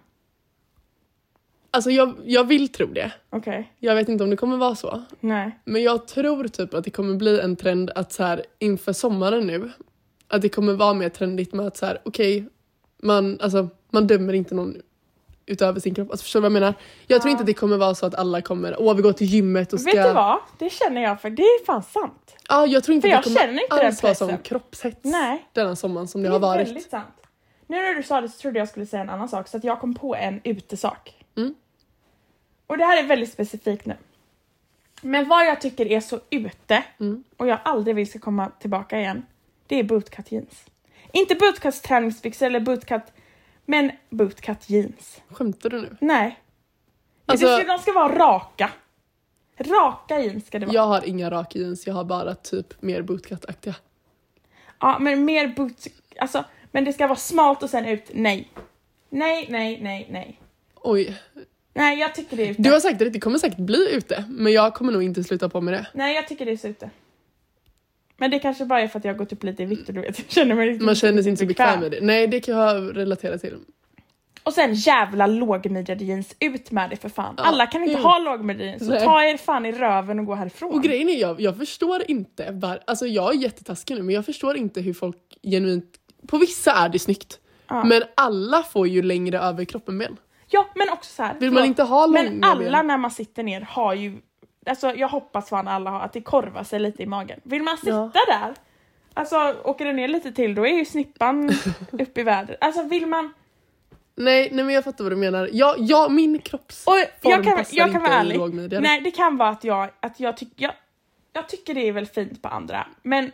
Alltså jag, jag vill tro det. Okej. Okay. Jag vet inte om det kommer vara så. Nej. Men jag tror typ att det kommer bli en trend att så här inför sommaren nu. Att det kommer vara mer trendigt med att så här, okej, okay, man, alltså, man dömer inte någon utöver sin kropp. Alltså förstår du vad jag menar? Jag ja. tror inte att det kommer vara så att alla kommer, åh vi går till gymmet och ska... Vet du vad? Det känner jag för, det är fan sant. Ja, jag tror inte för att det kommer inte alls vara som kroppshets. Nej. Denna sommaren som det, det har varit. Det är väldigt sant. Nu när du sa det så trodde jag skulle säga en annan sak. Så att jag kom på en utesak. Mm. Och det här är väldigt specifikt nu. Men vad jag tycker är så ute. Mm. Och jag aldrig vill ska komma tillbaka igen. Det är bootcut jeans. Inte bootcut träningsbyxor eller bootcut. Men bootcut jeans. Skämtar du nu? Nej. Alltså, det ska, de ska vara raka. Raka jeans ska det vara. Jag har inga raka jeans. Jag har bara typ mer bootcut-aktiga. Ja, men mer boot... Alltså, men det ska vara smalt och sen ut. Nej. Nej, nej, nej, nej. Oj. Nej, jag tycker det är ute. Du har sagt att det kommer säkert bli ute. Men jag kommer nog inte sluta på med det. Nej, jag tycker det är så ute. Men det kanske bara är för att jag har gått upp lite i vikt och du vet. Jag känner mig riktigt Man känner sig inte så bekväm. bekväm med det. Nej, det kan jag relatera till. Och sen jävla lågmidjade jeans. Ut med det för fan. Ja. Alla kan inte Mm. ha lågmidjade jeans. Så Nej. ta er fan i röven och gå härifrån. Och grejen är, jag, jag förstår inte. Var, alltså jag är jättetaskig nu. Men jag förstår inte hur folk genuint... På vissa är det snyggt. Ja. Men alla får ju längre över kroppen ben. Ja, men också så här. Vill man inte ha långa Men alla ben? när man sitter ner har ju... Alltså jag hoppas fan alla har att det korvar sig lite i magen. Vill man sitta Ja. där? Alltså åker det ner lite till då är ju snippan upp i vädret. Alltså vill man... Nej, nej men jag fattar vad du menar. Jag, jag, min kroppsform Och jag kan, passar jag kan inte vara i ärlig. lågmidjade. Nej, det kan vara att jag, att jag, tyck, jag, jag tycker det är väl fint på andra. Men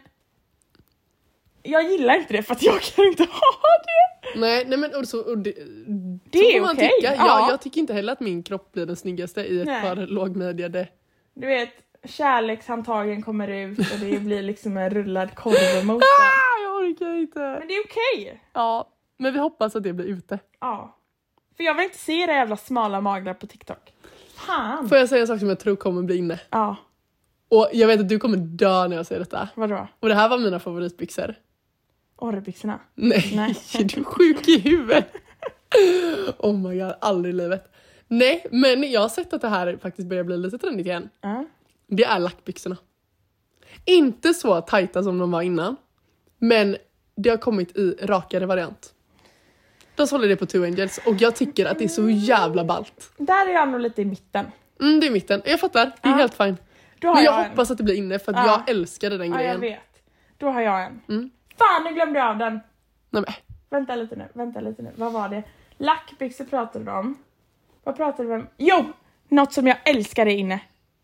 jag gillar inte det för att jag kan inte ha det. Nej, nej men och så, och det, Det så är får man okej, tycka. ja. Jag, jag tycker inte heller att min kropp blir den snyggaste i ett Nej. par lågmidjade. Du vet, kärlekshandtagen kommer ut och det blir liksom en rullad korvmos. Ah, jag orkar inte. Men det är okej. Ja, men vi hoppas att det blir ute. Ja. För jag vill inte se era jävla smala maglar på TikTok. Fan. Får jag säga en sak som jag tror kommer bli inne? Ja, Och jag vet att du kommer dö när jag säger detta. vadå? Och det här var mina favoritbyxor. Orrebyxorna. Nej, Nej. är du sjuk i huvudet? Oh my god, aldrig i livet. Nej, men jag har sett att det här faktiskt börjar bli lite trendigt igen. Ja. Det är lackbyxorna. Inte så tajta som de var innan. Men det har kommit i rakare variant. De sålde det på Two Angels. Och jag tycker att det är så jävla ballt. Där är jag nog lite i mitten. Mm, det är mitten. Jag fattar, det är Ja. helt fine. Då har Men jag, jag en. hoppas att det blir inne. För att Ja. jag älskade den Ja, jag grejen. vet. Då har jag en. Mm. Fan, nu glömde jag av den. Nej, men. Vänta lite nu, vänta lite nu. Vad var det? Lackbyxor pratade du om. Vad pratade vi om? Jo! Något som jag älskar är inne.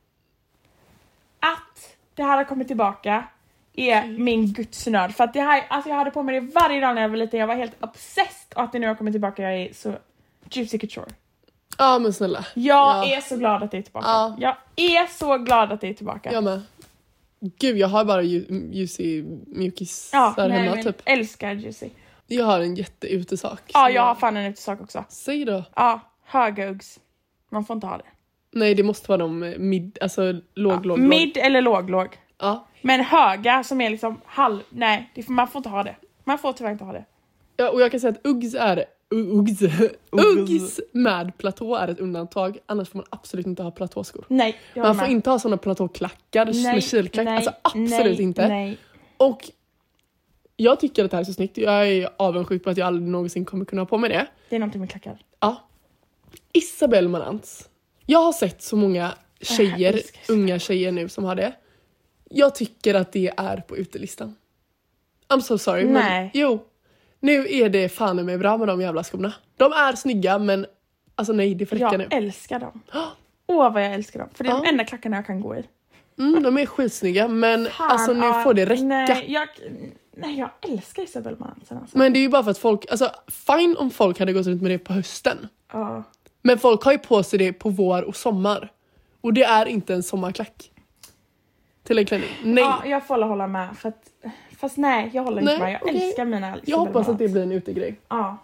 Att det här har kommit tillbaka är min gudsnöd. För att det här, alltså jag hade på mig det varje dag när jag var liten. Jag var helt obsessed. Och att det nu har kommit tillbaka, jag är så juicy couture. Ja, men snälla. Jag Ja. är så glad att det är tillbaka. Ja. Jag är så glad att det är tillbaka. Jag med. Gud, jag har bara ju- juicy mjukis Ja, där nej, hemma men typ. älskar juicy. Jag har en jätteutesak. Ja, som jag har fan en utesak också. Säg då. Ja, höguggs. Man får inte ha det. Nej, det måste vara de mid, alltså låg, Ja, låg, låg. mid eller låg, låg. Ja. Men höga som är liksom halv... Nej, det får, man får inte ha det. Man får tyvärr inte ha det. Ja, och jag kan säga att Uggs är Uggs, Uggs med platå är ett undantag. Annars får man absolut inte ha platåskor. Nej, jag Man håller får med. inte ha såna platåklackar Nej, med kilklack. nej, Alltså absolut nej, inte. Nej. Och jag tycker att det här är så snyggt. Jag är avundsjuk på att jag aldrig någonsin kommer kunna ha på mig det. Det är någonting med klackar. Ja. Isabelle Marantz. Jag har sett så många tjejer, älskar så. unga tjejer nu som har det. Jag tycker att det är på utelistan. I'm so sorry. Nej. Men jo, nu är det fan med bra med de jävla skorna. De är snygga, men alltså nej, det får räcka Jag nu. älskar dem. Åh, vad jag älskar dem. För det är de Ja. enda klackarna jag kan gå i. Mm, de är skitsnygga, men Fan, alltså nu ja, får det räcka. Nej, jag, nej, jag älskar Isabelle Marantz. Alltså. Men det är ju bara för att folk, alltså fine om folk hade gått runt med det på hösten. Ja. Men folk har ju på sig det på vår och sommar. Och det är inte en sommarklack. Till en klänning. Nej. Ja, jag får hålla med. För att, fast nej, jag håller Nej, inte med. Jag okej. älskar mina Isabelle Jag hoppas att det Marantz. blir en utegrej. Ja.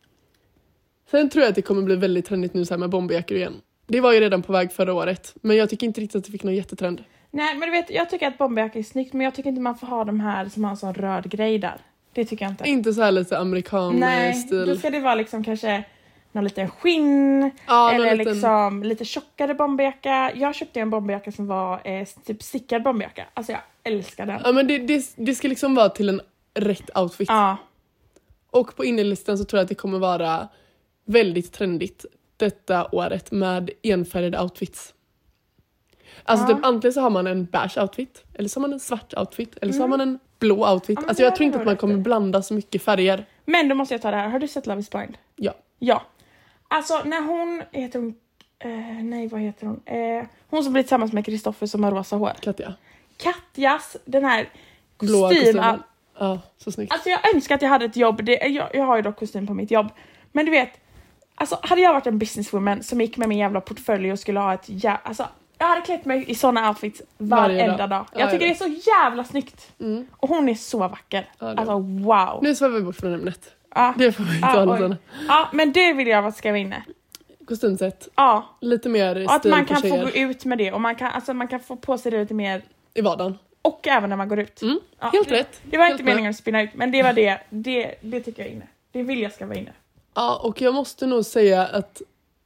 Sen tror jag att det kommer bli väldigt trendigt nu så här med bomberjackor igen. Det var ju redan på väg förra året. Men jag tycker inte riktigt att det fick någon jättetrend. Nej, men du vet, jag tycker att bomberjacka är snyggt. Men jag tycker inte man får ha de här som har en sån röd grej där. Det tycker jag inte. Inte så här lite amerikan Nej, stil. då ska det vara liksom kanske någon liten skinn. Ja, någon eller liten- liksom lite tjockare bomberjacka. Jag köpte en bomberjacka som var eh, typ stickad bomberjacka. Alltså jag älskar den. Ja, men det, det, det ska liksom vara till en rätt outfit. Ja. Och på innerlistan så tror jag att det kommer vara väldigt trendigt detta året med enfärgade outfits. Alltså Ja. typ antingen så har man en beige outfit, eller så har man en svart outfit, eller så har man en blå outfit. Ja, men Alltså det jag har tror du inte att nog man rätt kommer i. blanda så mycket färger. Men då måste jag ta det här. Har du sett Love is blind? Ja. Ja. Alltså när hon, heter hon, eh, nej vad heter hon? Eh, hon som blir tillsammans med Kristoffer som har rosa hår. Katja. Katjas, den här Blåa kostym. kostymen. Ja, så snyggt. Alltså jag önskar att jag hade ett jobb. Det, jag, jag har ju dock kostym på mitt jobb. Men du vet, alltså hade jag varit en businesswoman som gick med min jävla portfölj och skulle ha ett jä... Alltså jag hade klätt mig i såna outfits varenda dag. dag. Jag ja, tycker ja. det är så jävla snyggt. Mm. Och hon är så vacker. Ja, det. Alltså wow. Nu svävar vi bort från ämnet. Ja. Det får vi inte Ja, tala oj. sen. Ja, men det vill jag att ska vara inne. Kostymset. Ja. Lite mer Och att stil man på kan få tjejer. gå ut med det. Och man kan, alltså, man kan få på sig det lite mer. I vardagen. Och även när man går ut. Mm. Ja, Helt det, rätt. Det var Helt inte med. meningen att spinna ut. Men det var det. Det, det tycker jag är inne. Det vill jag ska vara inne. Ja, och jag måste nog säga att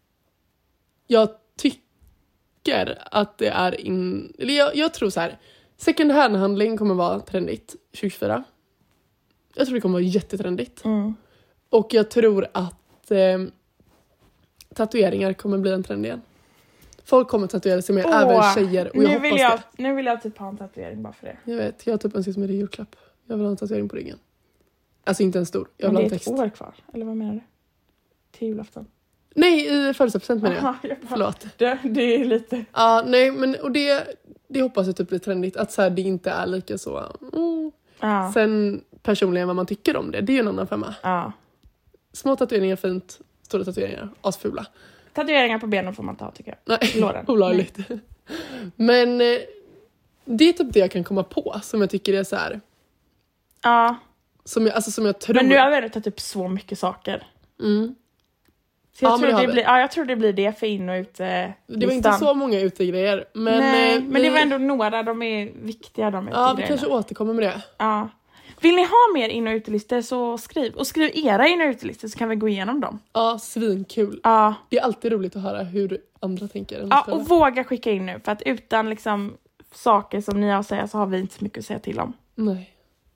jag tycker att det är in... Eller jag, jag tror så här. Second hand-handling kommer vara trendigt tjugohundratjugofyra. Jag tror det kommer vara jättetrendigt. Mm. Och jag tror att eh, tatueringar kommer bli en trend igen. Folk kommer tatuera sig mer, Åh, även tjejer. Och jag nu, hoppas vill jag, det. nu vill jag typ ha en tatuering bara för det. Jag vet, jag har typ önskar mig det i julklapp. Jag vill ha en tatuering på ryggen. Alltså inte en stor, jag Men vill det ha är en ett text. år kvar. Eller vad menar du? Till julafton. Nej, i födelsedagspresent menar jag. Aha, jag bara, Förlåt. det, det är lite... Ja, nej, men och det, det hoppas jag typ blir trendigt. Att så här, det inte är lika så... Mm. Ja. Sen personligen vad man tycker om det, det är ju en annan femma. Ja. Små tatueringar fint, stora tatueringar, asfula. Tatueringar på benen får man ta tycker jag. Nej, Låren. olagligt. Men eh, det är typ det jag kan komma på som jag tycker är så här. Ja. Som jag, alltså som jag tror. Men nu har vi ändå tagit upp så mycket saker. Mm. Så jag, Ja, men tror det har det vi. blir, ja, jag tror det blir det för in- och ute. Det var inte så många utegrejer. Men, Nej, eh, men vi, det var ändå några, de är viktiga de Ja, vi utegrejerna. kanske återkommer med det. Ja. Vill ni ha mer in- och utelistor så skriv. Och skriv era in- och utelistor så kan vi gå igenom dem. Ja, svinkul. Ja. Det är alltid roligt att höra hur andra tänker. än Ja, oss själva. och våga skicka in nu. För att utan liksom saker som ni har att säga så har vi inte så mycket att säga till om. Nej.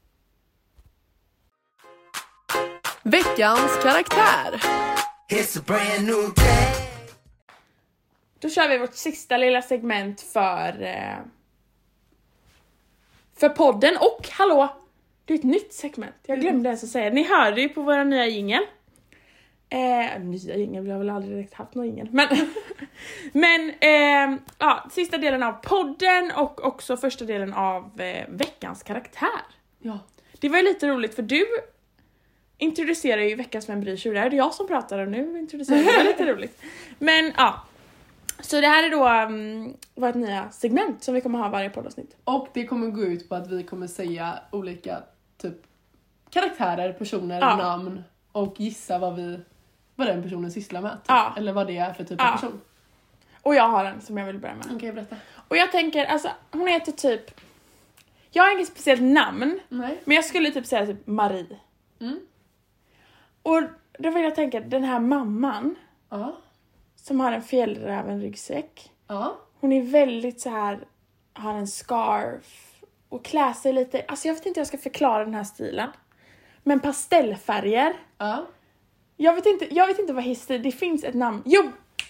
Veckans karaktär. It's a brand new day. Då kör vi vårt sista lilla segment för eh, för podden. Och hallå, det är ett nytt segment. Jag glömde ens att säga. Ni hörde ju på våra nya jingel. Eh, nya jingel, vi har väl aldrig direkt haft någon jingel. Men, men eh, ja, sista delen av podden och också första delen av eh, veckans karaktär. Ja. Det var ju lite roligt för du introducerar ju veckans Vem bryr sig. Det är det jag som pratar och nu introducerar jag. Det var lite roligt. Men ja. Så det här är då um, vårt nya segment som vi kommer ha varje poddavsnitt. Och det kommer gå ut på att vi kommer säga olika typ karaktärer, personer, Ja. namn och gissa vad vi vad den personen sysslar med. Typ. Ja. Eller vad det är för typ Ja. av person. Och jag har en som jag vill börja med. Okej, okay, berätta. Och jag tänker, alltså hon heter typ... Jag har inget speciellt namn. Nej. Men jag skulle typ säga typ Marie. Mm. Och då vill jag tänka, den här mamman Ja. som har en fjällräven-ryggsäck. Ja. Hon är väldigt så här, har en scarf och klär sig lite. Alltså jag vet inte hur jag ska förklara den här stilen. Men pastellfärger. Ja. Jag vet inte, jag vet inte vad hister, det finns ett namn. Jo!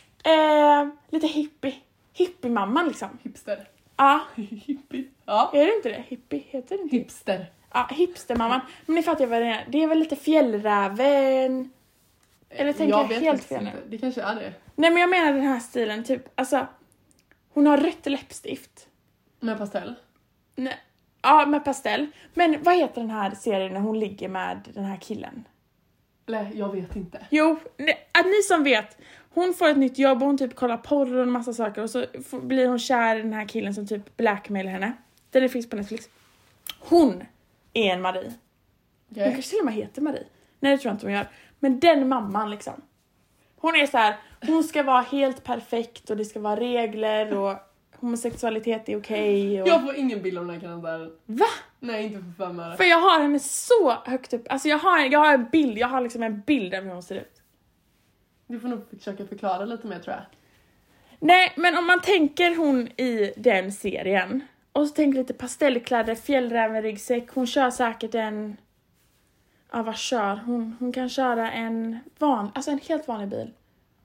Eh, lite hippie. Hippiemamman liksom. Hipster. Ja, Hippie. Ja. är det inte det? Hippie, heter det inte? Hipster. Ja, hipstermamman. Men ni fattar vad det är. Det är väl lite fjällräven. Eller tänker jag, vet helt faktiskt fel nu? inte. Det kanske är det. Nej men jag menar den här stilen typ, alltså. Hon har rött läppstift. Med pastell. Nej. Ja, med pastell. Men vad heter den här serien när hon ligger med den här killen? Eller, jag vet inte. Jo, ne- att ni som vet. Hon får ett nytt jobb och hon typ kollar porr och en massa saker. Och så får, blir hon kär i den här killen som typ blackmailar henne. Den finns på Netflix. Hon är en Marie. Okay. Hon kanske till och med heter Marie. Nej, det tror jag inte hon gör. Men den mamman liksom. Hon är så här. Hon ska vara helt perfekt och det ska vara regler och homosexualitet är okej. Och... Jag får ingen bild av den här karaktären. Va? Nej, inte för fem öre. För jag har henne så högt upp. Alltså jag har, jag har en bild. Jag har liksom en bild av hur hon ser ut. Du får nog försöka förklara lite mer, tror jag. Nej, men om man tänker hon i den serien. Och så tänker lite pastellkläder, fjällräven ryggsäck. Hon kör säkert en... Ja, vad kör hon? Hon kan köra en van, alltså en helt vanlig bil.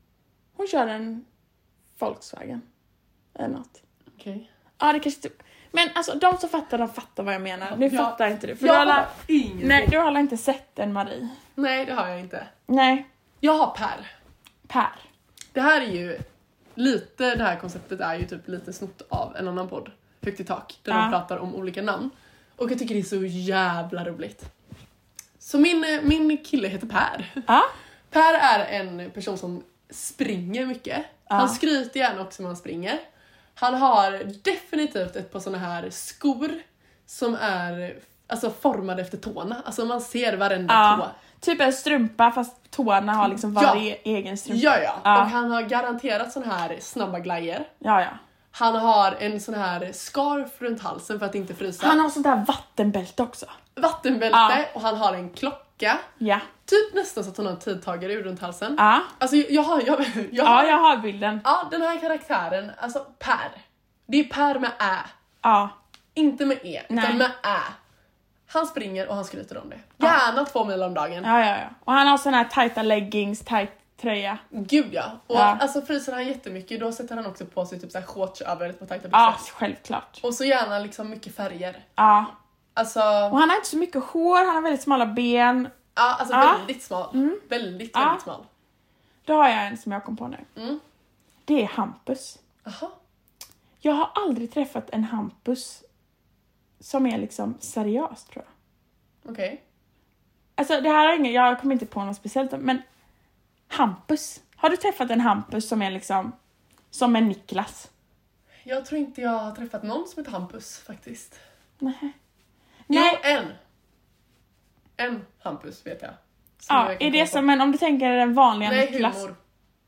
Hon kör en Volkswagen. Eller något. Okej. Ja, det kanske... Men alltså de som fattar, de fattar vad jag menar. Nu Ja. fattar inte du. För Jag du har alla... fattar ingenting. Nej, du har alla inte sett en Marie. Nej, det har jag inte. Nej, Jag har Per. Per. Det här är ju lite, det här konceptet är ju typ lite snott av en annan podd, Högt i tak, där Ja. de pratar om olika namn. Och jag tycker det är så jävla roligt. Så min, min kille heter Per. Ja. Per är en person som springer mycket. Ja. Han skryter gärna också när han springer. Han har definitivt ett par såna här skor som är alltså formade efter tårna. Alltså man ser varenda tå. Ja. Typ en strumpa fast tårna har liksom Ja. varje egen strumpa. Ja, ja. Ja. Och han har garanterat såna här snabba glajer. Ja, ja. Han har en sån här scarf runt halsen för att inte frysa. Han har sånt där vattenbälte också. Vattenbälte Ja. och han har en klocka. Ja. Typ nästan så att hon har en tidtagare runt halsen. Ja. Alltså jag har, jag, jag har, Ja, jag har bilden. ja, den här karaktären, alltså Per. Det är Per med Ä. Ja. Inte med E, Nej. utan med Ä. Han springer och han skryter om det. Ja. Gärna två mil om dagen. Ja, ja, ja. Och han har såna här tajta leggings, tajt tröja. Gud ja. Och Ja. alltså fryser han jättemycket, då sätter han också på sig typ så här shorts över ett par tajta Ja, byxor. självklart. Och så gärna liksom mycket färger. Ja. Alltså, Och han har inte så mycket hår, han har väldigt smala ben. ja, alltså Ja. väldigt smal. Mm. Väldigt, Ja. väldigt smal. Då har jag en som jag kom på nu. Mm. Det är Hampus. Jaha. Jag har aldrig träffat en Hampus som är liksom seriös, tror jag. Okej. Alltså det här är ingen, jag kommer inte på något speciellt, men Hampus. Har du träffat en Hampus som är liksom som en Niklas? Jag tror inte jag har träffat någon som heter Hampus faktiskt. Nej. Nej. Jo, en. En Hampus vet jag. Som Ja, jag kan är det komma på. som en, om du tänker den vanliga Nej, Niklas. humor.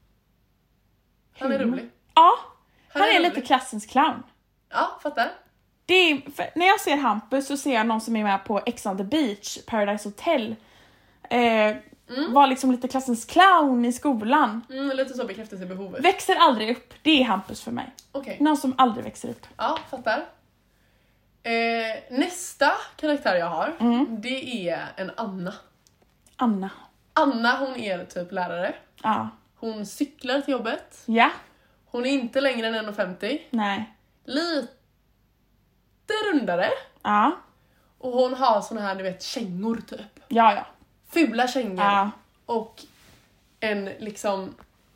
Han är Humor. rolig. Ja, Han han, är är, rolig. lite klassens clown. Ja, fattar. Det är, för när jag ser Hampus så ser jag någon som är med på Ex on the Beach, Paradise Hotel. Eh, Var liksom lite klassens clown i skolan. Mm, lite så bekräftelsebehovet. Växer aldrig upp, det är Hampus för mig. Okej. Någon som aldrig växer upp. Ja, fattar. Eh, nästa karaktär jag har, Mm. det är en Anna. Anna. Anna, hon är typ lärare. Ja. Hon cyklar till jobbet. Ja. Hon är inte längre än en komma femtio. Nej. Lite rundare. Ja. Och hon har såna här, ni vet, kängor typ. Ja, ja. Fula kängor. Ja. Och en liksom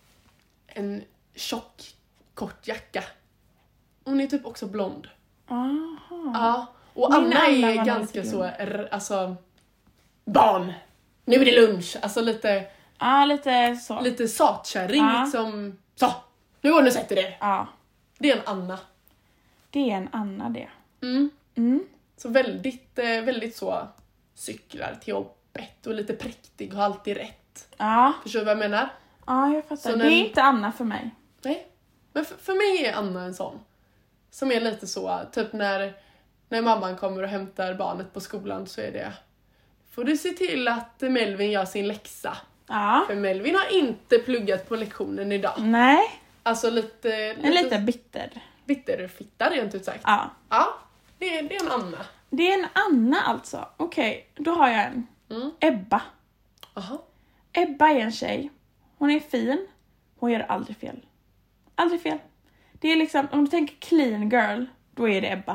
en tjock, kort jacka. Hon är typ också blond. Aha. Ja. Och Min Anna Anna är var ganska lite så, r- alltså barn. Nu är det lunch. Alltså lite, Ja, lite så. lite satkärring Ja. liksom. Så, nu går ni och sätter er. Ja. Det är en Anna. Det är en Anna det. Mm. Mm. Så väldigt, eh, väldigt så cyklar till jobbet och lite präktig och har alltid rätt. Ja. Förstår du vad jag menar? Ja, jag fattar. Så Det när- är inte Anna för mig. Nej. Men för, för mig är Anna en sån. Som är lite så, typ när, när mamman kommer och hämtar barnet på skolan så är det: får du se till att Melvin gör sin läxa. Ja. För Melvin har inte pluggat på lektionen idag. Nej. Alltså lite, En lite bitter. bitterfitta rent ut sagt. Ja. Ja, det är, det är en Anna. Det är en Anna alltså. Okej, då har jag en. Mm. Ebba. Aha. Ebba är en tjej. Hon är fin. Hon gör aldrig fel. Aldrig fel. Det är liksom, om du tänker clean girl, då är det Ebba.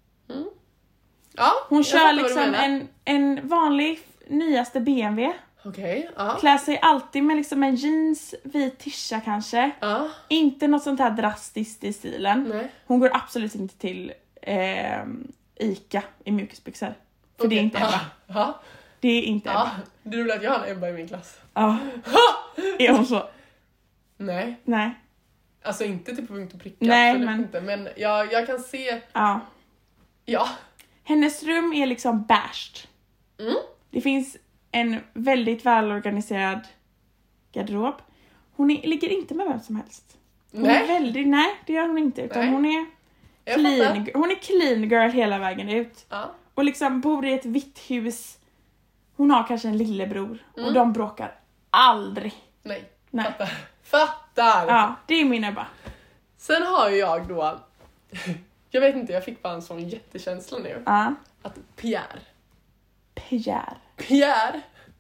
Ja, Hon jag kör fattar vad du liksom menar. en, en vanlig nyaste B M W. Okej, ja. Klär sig alltid med liksom en jeans, vit tisha kanske. Ja, Inte något sånt här drastiskt i stilen. nej. Hon går absolut inte till eh, Ica i mjukisbyxor. För det är Okej, inte Ebba. Ja, ja. Det är inte Ja, Ebba. det är roligt att jag har en Ebba i min klass. Ja. Är hon så? Nej, Nej. alltså inte till punkt och pricka. Nej, absolut men- inte. Men jag, jag kan se, Ja. ja. Hennes rum är liksom bashed. Mm. Det finns en väldigt välorganiserad garderob. Hon är, ligger inte med vem som helst. Hon Nej. är väldigt, nej, det gör hon inte. Utan Nej. hon är Jag clean, fattar. hon är clean girl hela vägen ut. Ja. Och liksom bor i ett vitt hus. Hon har kanske en lillebror. Och Mm. de bråkar aldrig. Nej, Nej. fattar. Fattar! Ja, det är min Ebba. Sen har ju jag då, jag vet inte, jag fick bara en sån jättekänsla nu. Ja. Att Pierre, Pierre. Pierre,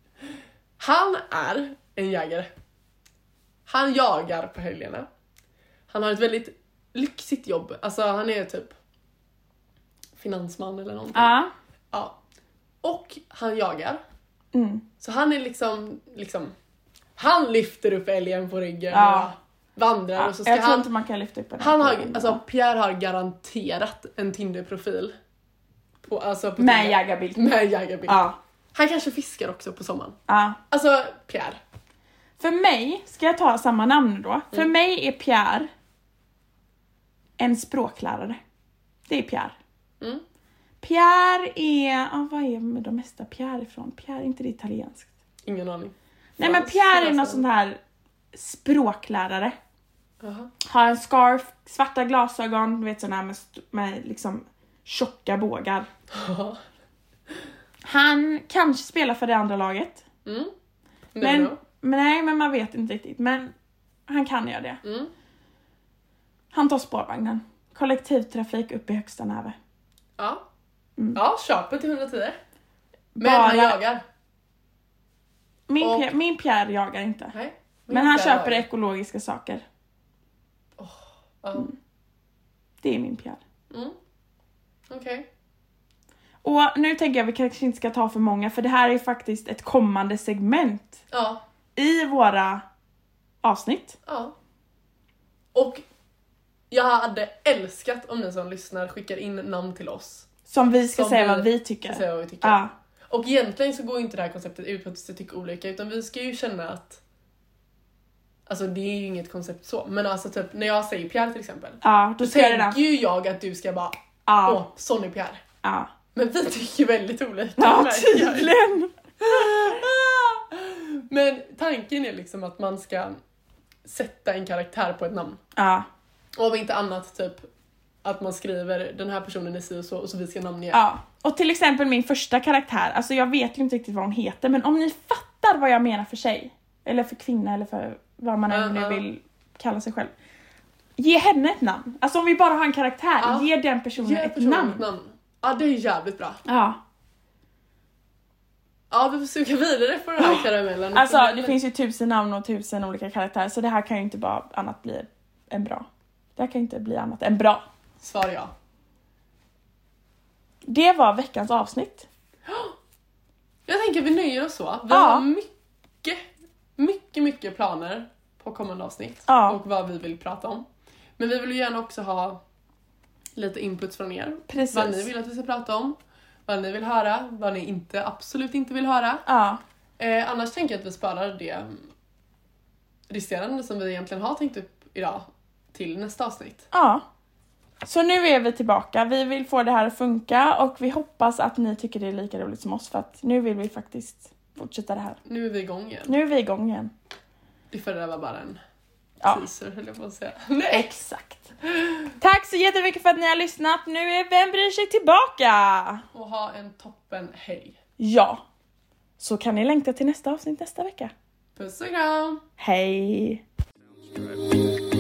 han är en jägare. Han jagar på helgerna. Han har ett väldigt lyxigt jobb. Alltså han är typ, finansman eller någonting. Ja. Ja. Och han jagar. Mm. Så han är liksom, liksom han lyfter upp älgen på ryggen Ja. och vandrar. Ja, och så ska jag tror han, inte man kan lyfta upp den. han har, alltså Pierre har garanterat en Tinder-profil. På, alltså på Med Tinder. jägarbild. Med jägarbild. Ja. Han kanske fiskar också på sommaren. Ja. Alltså Pierre. För mig, ska jag ta samma namn då? För Mm. mig är Pierre en språklärare. Det är Pierre. Mm. Pierre är, ah, vad är med de mesta Pierre ifrån? Pierre är inte det italienskt. Ingen aning. Nej men Frans, Pierre är någon nästan. sån här språklärare. Jaha. Har en scarf, svarta glasögon, du vet sån här med, st- med liksom tjocka bågar. Han kanske spelar för det andra laget. Mm. Men, Men, men nej, men man vet inte riktigt. Men han kan göra det. mm. Han tar spårvagnen. Kollektivtrafik upp i högsta näve. Ja. Mm. Ja, köpet till hundratio. Men Bara- han jagar. Min, Och- Pierre, min Pierre jagar inte. Nej. Men han inte köper jagar. ekologiska saker. Ja. Det är min Pierre. Mm. Okej. Och nu tänker jag vi kanske inte ska ta för många. För det här är faktiskt ett kommande segment Ja. i våra avsnitt. Ja. Och jag hade älskat om ni som lyssnar skickar in namn till oss. Som vi ska Som säga vi vad vi Ska tycker. säga vad vi tycker. Ja. Och egentligen så går inte det här konceptet ut på att vi ska tycka olika, utan vi ska ju känna att alltså det är ju inget koncept så, men alltså typ när jag säger Pierre till exempel, Ja, då då ska jag tänker redan. ju jag att du ska bara åh, Ja. sån är Pierre. Ja. Men vi tycker väldigt olika. Ja, märker jag. tydligen. Men tanken är liksom att man ska sätta en karaktär på ett namn. Ja. Och om inte annat typ att man skriver den här personen är si och så och så vi ska namnge. Ja. Och till exempel min första karaktär. Alltså jag vet ju inte riktigt vad hon heter. Men om ni fattar vad jag menar för tjej. Eller för kvinna eller för vad man än nu Ja, ja. vill kalla sig själv. Ge henne ett namn. Alltså om vi bara har en karaktär. Ja. Ge den personen Ge ett personen namn. ett namn. Ja, det är jävligt bra. Ja. Ja, vi får suga vidare på den här karamellen. Alltså det finns ju tusen namn och tusen olika karaktärer. Så det här kan ju inte bara annat bli en bra. Det här kan ju inte bli annat än bra. Svar ja. Det var veckans avsnitt. Jag tänker vi nöjer oss så. Vi Ja. har mycket, mycket, mycket planer på kommande avsnitt. Ja. Och vad vi vill prata om. Men vi vill ju gärna också ha lite input från er. Precis. Vad ni vill att vi ska prata om. Vad ni vill höra. Vad ni inte, absolut inte vill höra. Ja. Eh, annars tänker jag att vi sparar det resterande som vi egentligen har tänkt upp idag till nästa avsnitt. Ja. Så nu är vi tillbaka. Vi vill få det här att funka och vi hoppas att ni tycker det är lika roligt som oss för att nu vill vi faktiskt fortsätta det här. Nu är vi igång igen. Nu är vi igång igen. Det förra var bara en Ja. teaser, höll jag på att säga. Nej! Exakt. Tack så jättemycket för att ni har lyssnat. Nu är Vem bryr sig tillbaka? Och ha en toppen helg. Ja. Så kan ni längta till nästa avsnitt nästa vecka. Puss och kram! Hej!